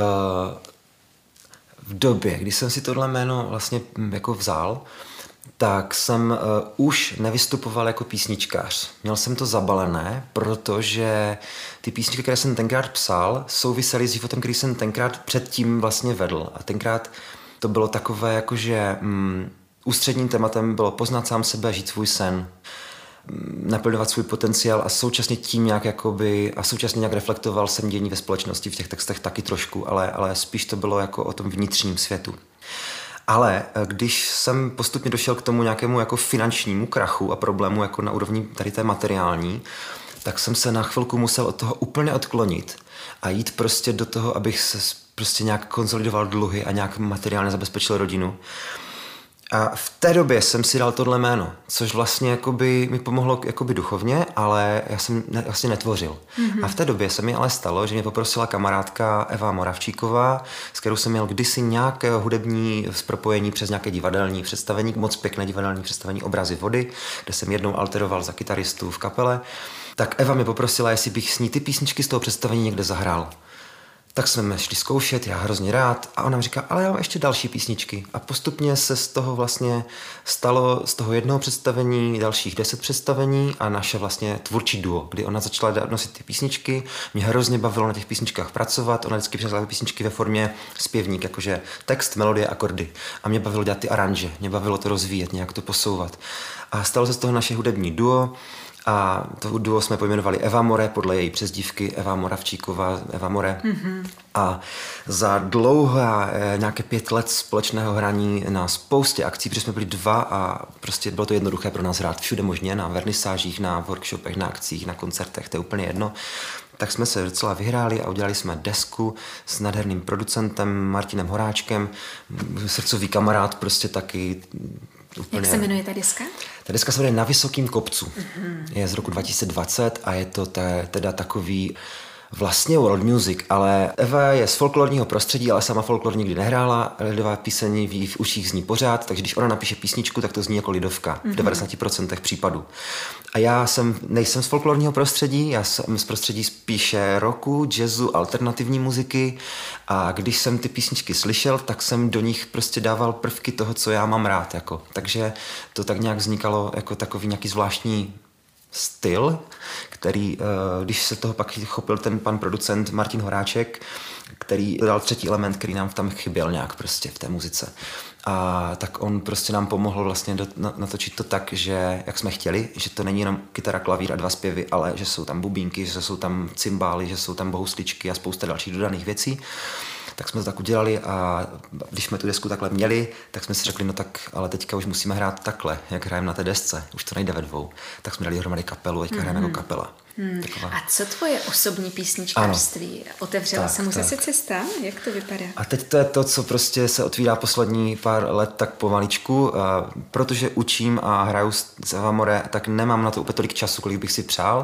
v době, kdy jsem si tohle jméno vlastně jako vzal, tak jsem už nevystupoval jako písničkář. Měl jsem to zabalené, protože ty písničky, které jsem tenkrát psal, souvisely s životem, který jsem tenkrát předtím vlastně vedl. A tenkrát to bylo takové, jakože ústředním tématem bylo poznat sám sebe, žít svůj sen, naplňovat svůj potenciál a současně tím nějak jakoby, a současně nějak reflektoval jsem dění ve společnosti v těch textech taky trošku, ale spíš to bylo jako o tom vnitřním světu. Ale když jsem postupně došel k tomu nějakému jako finančnímu krachu a problému jako na úrovni tady té materiální, tak jsem se na chvilku musel od toho úplně odklonit a jít prostě do toho, abych se prostě nějak konsolidoval dluhy a nějak materiálně zabezpečil rodinu. A v té době jsem si dal tohle jméno, což vlastně jakoby mi pomohlo jakoby duchovně, ale já jsem vlastně netvořil. A v té době se mi ale stalo, že mě poprosila kamarádka Eva Moravčíková, s kterou jsem měl kdysi nějaké hudební propojení přes nějaké divadelní představení, moc pěkné divadelní představení Obrazy vody, kde jsem jednou alteroval za kytaristu v kapele. Tak Eva mě poprosila, jestli bych s ní ty písničky z toho představení někde zahrál. Tak jsme šli zkoušet, já hrozně rád a ona mi říká, ale já mám ještě další písničky. A postupně se z toho vlastně stalo z toho jednoho představení dalších 10 představení a naše vlastně tvůrčí duo, kdy ona začala nosit ty písničky, mě hrozně bavilo na těch písničkách pracovat, ona vždycky přinesla písničky ve formě zpěvník, jakože text, melodie, akordy. A mě bavilo dělat ty aranže, mě bavilo to rozvíjet, nějak to posouvat. A stalo se z toho naše hudební duo. A to duo jsme pojmenovali Eva More podle její přezdívky Eva Moravčíková, Eva More. A za dlouhá nějaké 5 let společného hraní na spoustě akcí, protože jsme byli 2 a prostě bylo to jednoduché pro nás hrát všude možně, na vernisážích, na workshopech, na akcích, na koncertech, to je úplně jedno. Tak jsme se docela vyhráli a udělali jsme desku s nádherným producentem Martinem Horáčkem, srdcový kamarád prostě taky. Úplně. Jak se jmenuje ta deska? Ta deska se jmenuje Na vysokým kopcu. Je z roku 2020 a je to teda takový vlastně world music, ale Eva je z folklorního prostředí, ale sama folklor nikdy nehrála. Lidová píseň v uších zní pořád, takže když ona napíše písničku, tak to zní jako lidovka v 90% případů. A já nejsem z folklorního prostředí, já jsem z prostředí spíše rocku, jazzu, alternativní muziky a když jsem ty písničky slyšel, tak jsem do nich prostě dával prvky toho, co já mám rád. Jako. Takže to tak nějak vznikalo jako takový nějaký zvláštní styl, který, když se toho pak chopil ten pan producent Martin Horáček, který dal třetí element, který nám tam chyběl nějak prostě v té muzice. A tak on prostě nám pomohl vlastně natočit to tak, že jak jsme chtěli, že to není jenom kytara, klavír a 2 zpěvy, ale že jsou tam bubínky, že jsou tam cymbály, že jsou tam bohusličky a spousta dalších dodaných věcí. Tak jsme to tak udělali a když jsme tu desku takhle měli, tak jsme si řekli, no tak, ale teďka už musíme hrát takhle, jak hrajeme na té desce, už to nejde ve 2. Tak jsme dali dohromady kapelu, teďka hrajeme jako kapela. A co tvoje osobní písničkářství? Otevřela se mu zase cesta? Jak to vypadá? A teď to je to, co prostě se otvírá poslední pár let tak pomaličku, protože učím a hraju s Eva More, tak nemám na to úplně tolik času, kolik bych si přál,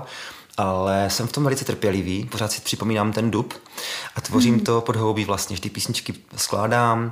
ale jsem v tom velice trpělivý, pořád si připomínám ten dub a tvořím to pod houbí vlastně, že ty písničky skládám,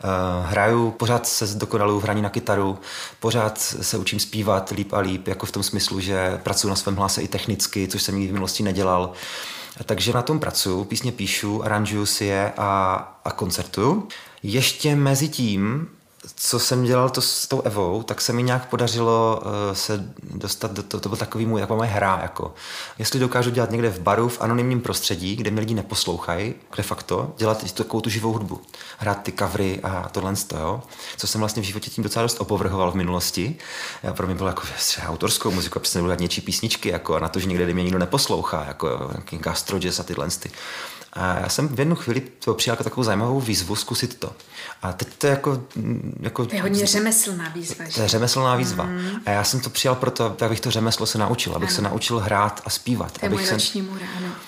hraju, pořád se zdokonaluju v hraní na kytaru, pořád se učím zpívat líp a líp, jako v tom smyslu, že pracuji na svém hlase i technicky, což jsem nikdy v minulosti nedělal. Takže na tom pracuji, písně píšu, aranžuju si je a koncertuju. Ještě mezi tím, co jsem dělal to s tou Evou, tak se mi nějak podařilo se dostat do toho, to byl takový můj, jako moje hra, jako. Jestli dokážu dělat někde v baru, v anonymním prostředí, kde mě lidi neposlouchají, de facto, dělat takovou tu živou hudbu, hrát ty covery a tohle jo, co jsem vlastně v životě tím docela dost opovrhoval v minulosti. Já pro mě bylo jako, že autorskou muziku, a přesně nebudu dělat něčí písničky, jako, a na to, že někde mě nikdo neposlouchá, jako nějaký gastro jazz a tyhle. A já jsem v jednu chvíli to přijal jako takovou zajímavou výzvu zkusit to. A teď to je jako to je hodně řemeslná výzva. To je řemeslná výzva. A já jsem to přijal proto, abych to řemeslo se naučil, abych se naučil hrát a zpívat. To je moje noční můra,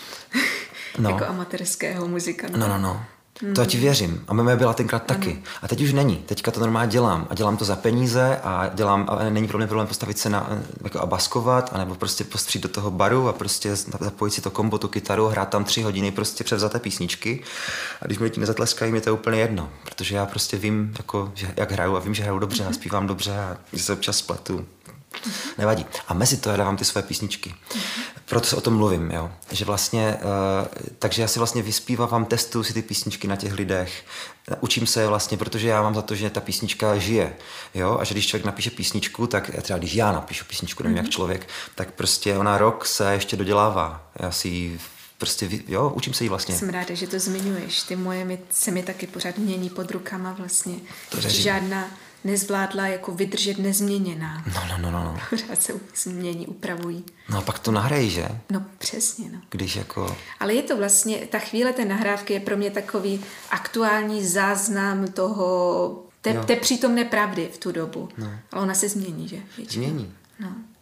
ano. Jako amatérského muzikanta. No. To já ti věřím. A moje byla tenkrát taky. A teď už není. Teďka to normálně dělám. A dělám to za peníze a není problém postavit se jako a baskovat, anebo prostě postřít do toho baru a prostě zapojit si to kombo, tu kytaru, hrát tam 3 hodiny prostě převzaté písničky. A když mi lidi nezatleskají, mi to je úplně jedno. Protože já prostě vím, jako, že jak hraju a vím, že hraju dobře a zpívám dobře a že se občas spletu. Nevadí. A mezi to já dávám ty své písničky. Proto se o tom mluvím, jo. Že vlastně, takže já si vlastně vyspívávám, testuju si ty písničky na těch lidech, učím se vlastně, protože já mám za to, že ta písnička žije, jo. A že když člověk napíše písničku, tak třeba když já napíšu písničku, nevím jak člověk, tak prostě ona rok se ještě dodělává. Já si prostě, jo, učím se jí vlastně. Jsem ráda, že to zmiňuješ. Ty moje se mi taky pořád mění pod rukama vlastně. Žádná nezvládla jako vydržet nezměněná. No. Pořád se změní, upravují. No a pak to nahrají, že? No přesně, no. Když jako... Ale je to vlastně, ta chvíle té nahrávky je pro mě takový aktuální záznam toho, té přítomné pravdy v tu dobu. No. Ale ona se změní, že? Změní. No.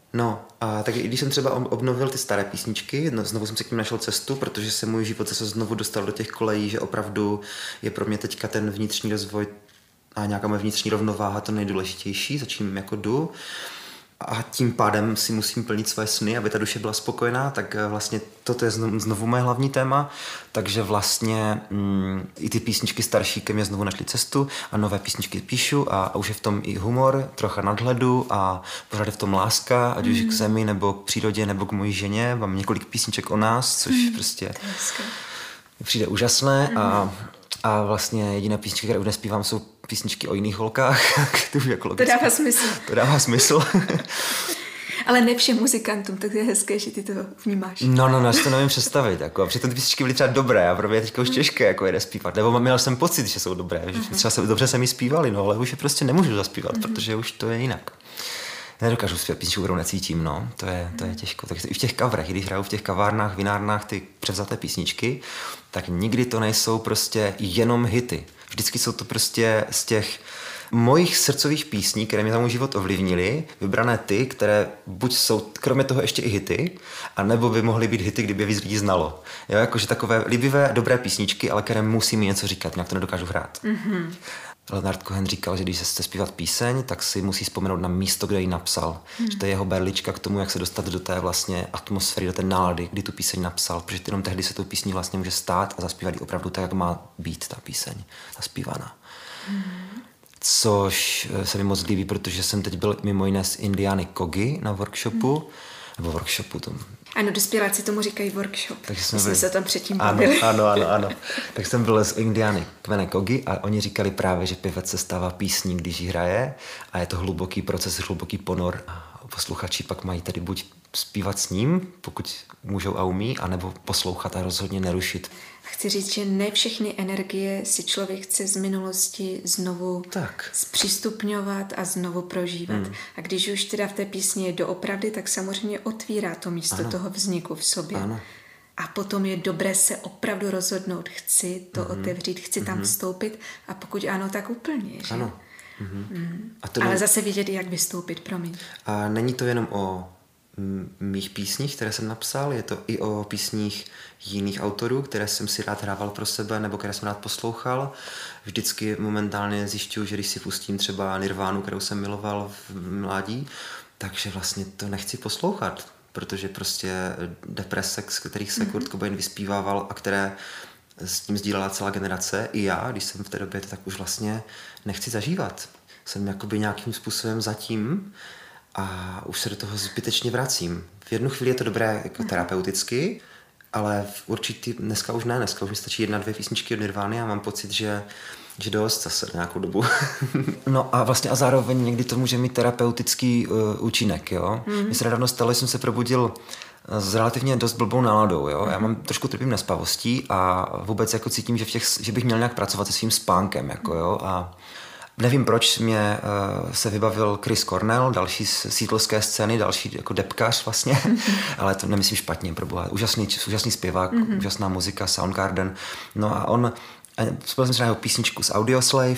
No, a tak i když jsem třeba obnovil ty staré písničky, znovu jsem se k ním našel cestu, protože se můj život se znovu dostal do těch kolejí, že opravdu je pro mě teďka ten vnitřní rozvoj a nějaká moje vnitřní rovnováha to nejdůležitější, za čím jako jdu. A tím pádem si musím plnit své sny, aby ta duše byla spokojená, tak vlastně toto je znovu moje hlavní téma, takže vlastně i ty písničky starší ke mně znovu našly cestu a nové písničky píšu a už je v tom i humor, trocha nadhledu a pořád je v tom láska, ať už k zemi, nebo k přírodě, nebo k mojí ženě. Mám několik písniček o nás, což prostě přijde úžasné a vlastně jediné písničky, které už nespívám, jsou písničky o jiných holkách. To dává smysl. To dává smysl. Ale ne všem muzikantům, tak je hezké, že ty to vnímáš. No, já si to nevím představit. Jako. A přitom ty písničky byly třeba dobré a pro mě je teďka už těžké jako je zpívat. Nebo měl jsem pocit, že jsou dobré. Že třeba dobře se mi zpívali, no, ale už je prostě nemůžu zaspívat, protože už to je jinak. Nedokážu zpívat písničku, kterou necítím, no. To je těžko. Takže i v těch coverech, když hraju v těch kavárnách, vinárnách ty převzaté písničky, tak nikdy to nejsou prostě jenom hity. Vždycky jsou to prostě z těch mojich srdcových písní, které mě za můj život ovlivnily, vybrané ty, které buď jsou kromě toho ještě i hity, anebo by mohly být hity, kdyby je víc lidí znalo. Jo, jakože takové líbivé, dobré písničky, ale které musí mi něco říkat, jinak to nedokážu hrát. Leonard Cohen říkal, že když se chce zpívat píseň, tak si musí vzpomenout na místo, kde ji napsal. Že to je jeho berlička k tomu, jak se dostat do té vlastně atmosféry, do té nálady, kdy tu píseň napsal, protože jenom tehdy se tou písní vlastně může stát a zaspívat ji opravdu tak, jak má být ta píseň zaspívaná. Což se mi moc líbí, protože jsem teď byl mimo jiné s Indiany Kogi na workshopu, nebo workshopu tom. Ano, dospěláci tomu říkají workshop. Takže jsme se tam předtím bavili. Ano. Tak jsem byl s Indiany Kvene Kogi a oni říkali právě, že pěvec se stává písní, když ji hraje a je to hluboký proces, hluboký ponor. A posluchači pak mají tedy buď zpívat s ním, pokud můžou a umí, anebo poslouchat a rozhodně nerušit. Chci říct, že ne všechny energie si člověk chce z minulosti znovu zpřístupňovat a znovu prožívat. A když už teda v té písni je doopravdy, tak samozřejmě otvírá to místo toho vzniku v sobě. Ano. A potom je dobré se opravdu rozhodnout, chci to otevřít, chci tam vstoupit a pokud ano, tak úplně. Že? Ano. Ale zase vědět, jak vystoupit, promiň. A není to jenom o mých písních, které jsem napsal, je to i o písních jiných autorů, které jsem si rád hrával pro sebe nebo které jsem rád poslouchal. Vždycky momentálně zjišťuju, že když si pustím třeba Nirvánu, kterou jsem miloval v mládí, takže vlastně to nechci poslouchat, protože prostě deprese, z kterých se Kurt Cobain vyspívával a které s tím sdílela celá generace, i já, když jsem v té době, to tak už vlastně nechci zažívat. Jsem jakoby nějakým způsobem zatím a už se do toho zbytečně vracím. V jednu chvíli je to dobré jako terapeuticky, ale v určitý, dneska už mi stačí 1-2 písničky od Nirvány a mám pocit, že dost zase nějakou dobu. No a vlastně a zároveň někdy to může mít terapeutický účinek, jo. Mně se nedávno stalo, že jsem se probudil s relativně dost blbou náladou, jo. Já mám trošku trpím nespavostí a vůbec jako cítím, že bych měl nějak pracovat se svým spánkem, jako jo, a nevím, proč mě se vybavil Chris Cornell, další z seattleské scény, další jako depkař vlastně, ale to nemyslím špatně, proboha. Úžasný zpěvák, úžasná muzika, Soundgarden. No a spěl jsem si na jeho písničku z Audioslave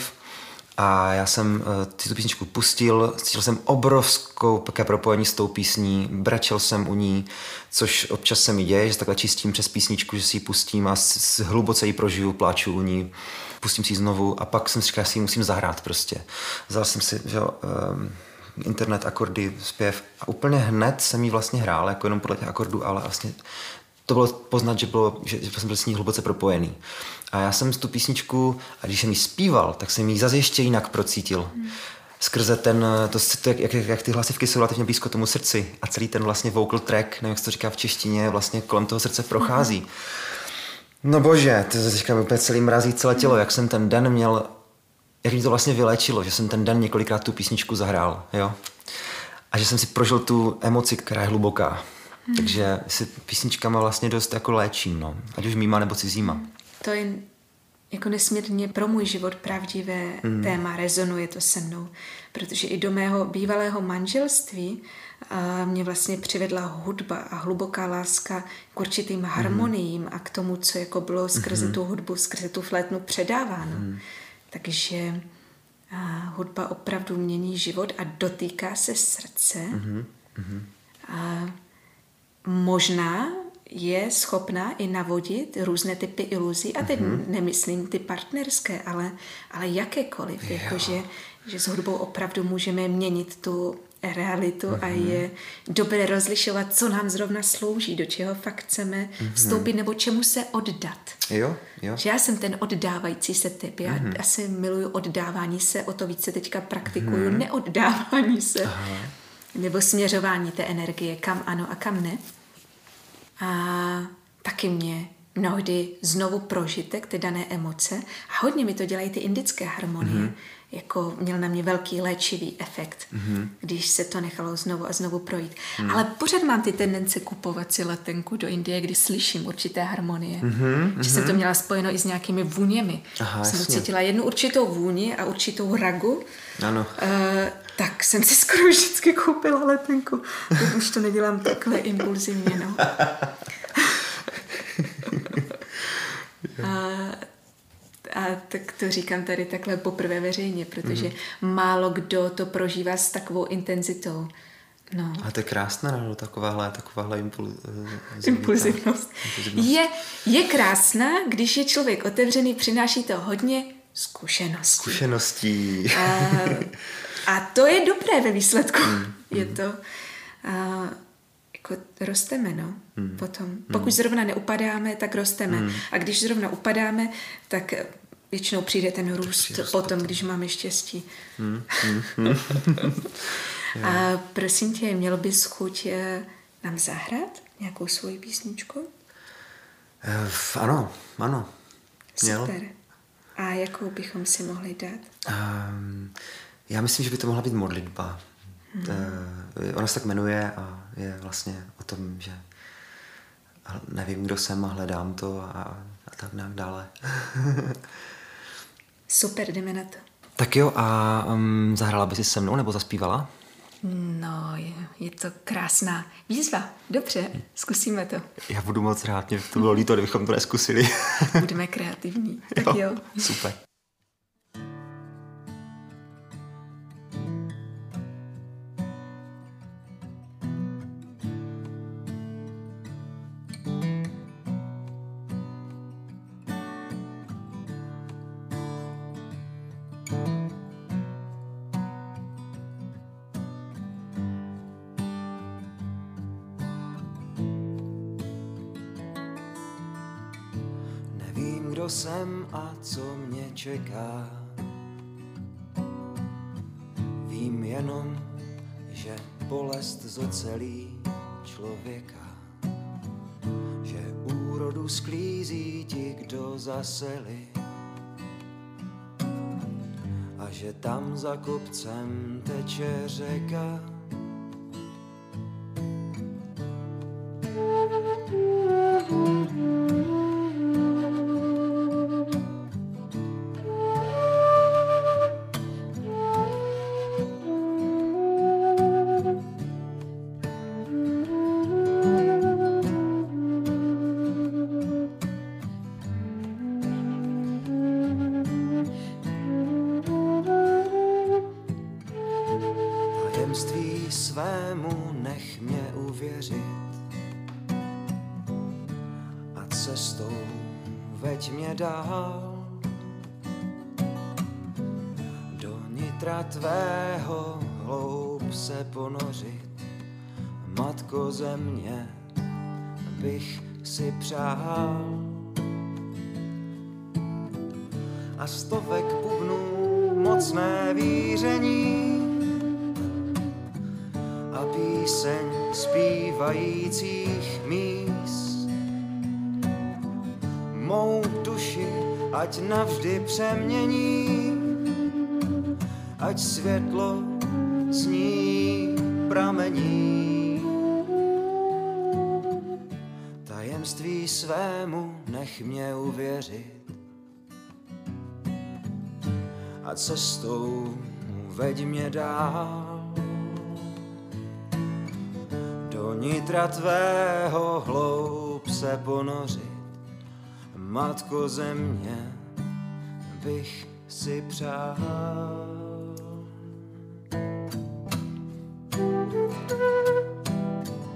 a já jsem si tu písničku pustil, cítil jsem obrovskou propojení s tou písní, brečel jsem u ní, což občas se mi děje, že takhle čistím přes písničku, že si ji pustím a hluboce ji prožiju, pláču u ní, pustím si ji znovu a pak jsem si říkal, že si ji musím zahrát prostě. Vzal jsem si, že internet, akordy, zpěv a úplně hned jsem ji vlastně hrál, jako jenom podle těch akordů, ale vlastně to bylo poznat, že jsem byl s ní hluboce propojený. A já jsem tu písničku, a když jsem ji zpíval, tak jsem ji zase ještě jinak procítil. Skrze jak ty hlasivky jsou relativně blízko tomu srdci a celý ten vlastně vocal track, nevím, jak se to říká v češtině, vlastně kolem toho srdce prochází. No bože, to říkám úplně celý mrazí celé tělo, jak jsem ten den měl, jak mě to vlastně vyléčilo, že jsem ten den několikrát tu písničku zahrál, jo. A že jsem si prožil tu emoci, která je hluboká. Takže si písničkama vlastně dost jako léčím, no. Ať už mýma nebo cizíma. To je jako nesmírně pro můj život pravdivé téma, rezonuje to se mnou. Protože i do mého bývalého manželství mě vlastně přivedla hudba a hluboká láska k určitým harmoniím a k tomu, co jako bylo skrze tu hudbu, skrze tu flétnu předáváno. Takže hudba opravdu mění život a dotýká se srdce. možná je schopná i navodit různé typy iluzí, a teď nemyslím ty partnerské, ale jakékoliv, jakože že s hudbou opravdu můžeme měnit tu realitu a je dobré rozlišovat, co nám zrovna slouží, do čeho fakt chceme vstoupit nebo čemu se oddat. Jo. Že já jsem ten oddávající se typ. Já asi miluju oddávání se, o to více teďka praktikuju neoddávání se. Aha. Nebo směřování té energie, kam ano a kam ne. A taky mě mnohdy znovu prožitek ty dané emoce. A hodně mi to dělají ty indické harmonie. Jako měl na mě velký léčivý efekt, když se to nechalo znovu a znovu projít. Ale pořád mám ty tendence kupovat si letenku do Indie, kdy slyším určité harmonie. Že jsem to měla spojeno i s nějakými vůněmi. Aha, jsem jasně. cítila jednu určitou vůni a určitou ragu. Ano. Tak jsem si skoro vždycky koupila letenku. Teď už to nedělám takhle impulzivně, no. A tak to říkám tady takhle poprvé veřejně, protože málo kdo to prožívá s takovou intenzitou. No. A to je krásné, no, takováhle impulzivnost. Je krásná, když je člověk otevřený, přináší to hodně zkušeností. A to je dobré ve výsledku. Je to... jako rosteme, no, potom. Pokud zrovna neupadáme, tak rosteme. A když zrovna upadáme, tak většinou přijde ten růst potom, když máme štěstí. A prosím tě, mělo bys chuť nám zahrát nějakou svoji písničku? Ano. Měl. Super. A jakou bychom si mohli dát? Já myslím, že by to mohla být modlitba. Ona se tak jmenuje a je vlastně o tom, že nevím, kdo jsem a hledám to a tak nějak dále. Super, jdeme na to. Tak jo, a zahrála by si se mnou nebo zaspívala? No, je to krásná výzva. Dobře, zkusíme to. Já budu moc rád, mě to bylo líto, kdybychom to neskusili. Budeme kreativní. Tak jo. Super. Kdo jsem a co mě čeká. Vím jenom, že bolest zocelí člověka, že úrodu sklízí ti, kdo zaseli, a že tam za kopcem teče řeka. Svému nech mě uvěřit a cestou veď mě dál do nitra tvého hloub se ponořit. Matko země, bych si přál a stovek bubnů mocné víření a píseň zpívajících míst. Mou duši ať navždy přemění, ať světlo z ní pramení. Tajemství svému nech mě uvěřit a cestou veď mě dál do nitra tvého hloub se ponořit. Matko země, bych si přál.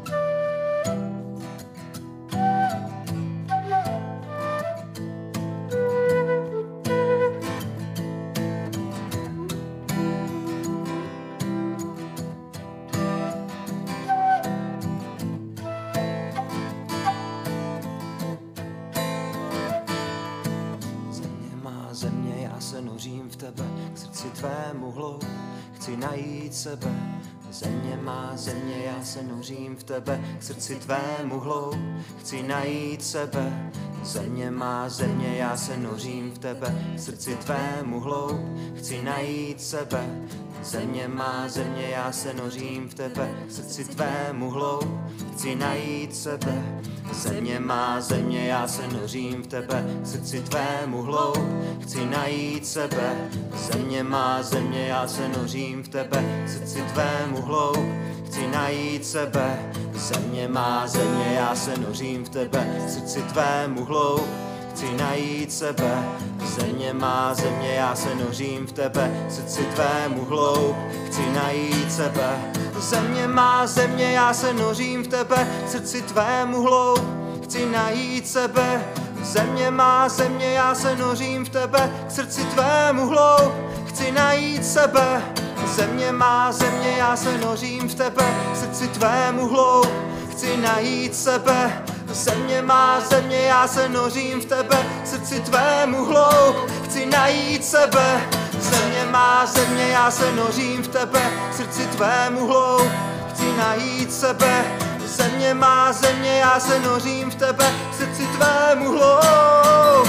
země, já se nořím v tebe, k srdci tvému hloub, chci najít sebe. Země má země, já se nořím v tebe, k srdci tvému hloub, chci najít sebe. Země má země, já se nořím v tebe, k srdci tvému hloub, chci najít sebe. Země má země, já se nořím v tebe, k srdci tvému hloub, chci najít sebe. Země má země, já se nořím v tebe, k srdci tvému hloub, chci najít sebe. Země má země, já se nořím v tebe, k srdci tvému hloub, chci najít sebe. Země má země, já se nořím v tebe, k srdci tvému hloub, chci najít sebe. Země má země, já se nořím v tebe, k srdci tvému hloub, chci najít sebe. Země má země, já se nořím v tebe, k srdci tvému hloub, chci najít sebe. Země má země, já se nořím v tebe, k srdci tvému hloub, chci najít sebe. Země má země, já se nořím v tebe, k srdci tvému hloub, chci najít sebe. Země má země, já se nořím v tebe, k srdci tvému hloub, chci najít sebe. Země má země, já se nořím v tebe, k srdci tvému hloub, chci najít sebe. Země má země, já se nořím v tebe, k srdci tvému hloub.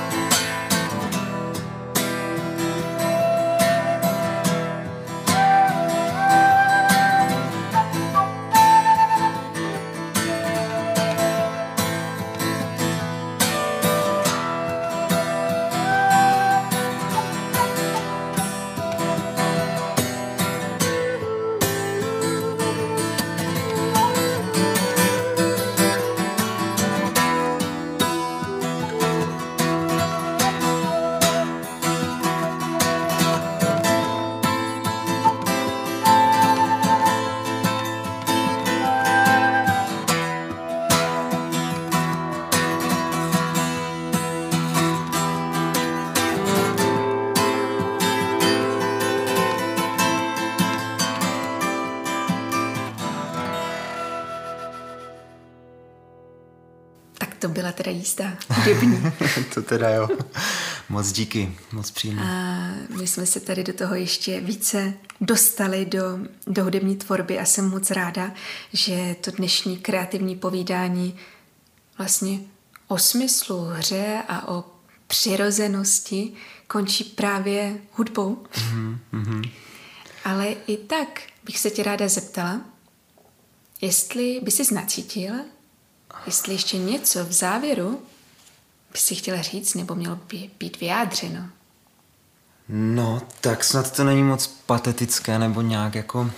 To byla teda jízda hudební. To teda jo. Moc díky, moc příjemně. A my jsme se tady do toho ještě více dostali do hudební tvorby a jsem moc ráda, že to dnešní kreativní povídání vlastně o smyslu hře a o přirozenosti končí právě hudbou. Mm-hmm. Ale i tak bych se tě ráda zeptala, jestli by jsi nacítil, jestli ještě něco v závěru by si chtěla říct, nebo mělo by být vyjádřeno. No, tak snad to není moc patetické, nebo nějak jako...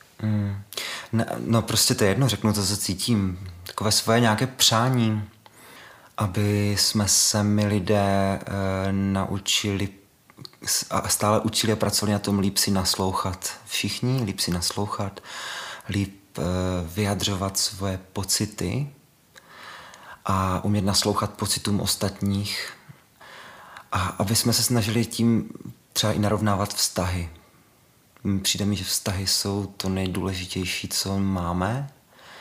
No prostě to je jedno, řeknu to, co cítím. Takové svoje nějaké přání, aby jsme se my lidé naučili a stále učili a pracovali na tom líp si naslouchat. Všichni líp si naslouchat, líp vyjadřovat svoje pocity a umět naslouchat pocitům ostatních a aby jsme se snažili tím třeba i narovnávat vztahy. Přijde mi, že vztahy jsou to nejdůležitější, co máme.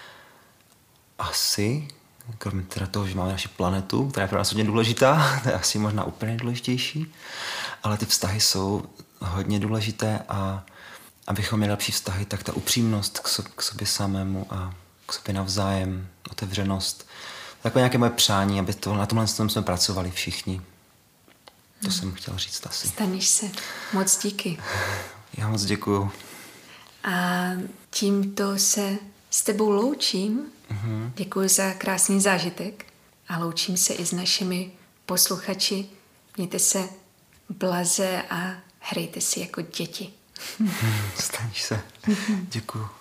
Asi, kromě teda toho, že máme naši planetu, která je pro nás hodně důležitá, to je asi možná úplně nejdůležitější, ale ty vztahy jsou hodně důležité a abychom měli lepší vztahy, tak ta upřímnost k sobě samému a k sobě navzájem, otevřenost. Takové nějaké moje přání, aby na tomhle jsme pracovali všichni. To jsem chtěla říct asi. Staneš se. Moc díky. Já moc děkuju. A tímto se s tebou loučím. Mm-hmm. Děkuji za krásný zážitek a loučím se i s našimi posluchači. Mějte se blaze a hrajte si jako děti. Staníš se. Děkuju.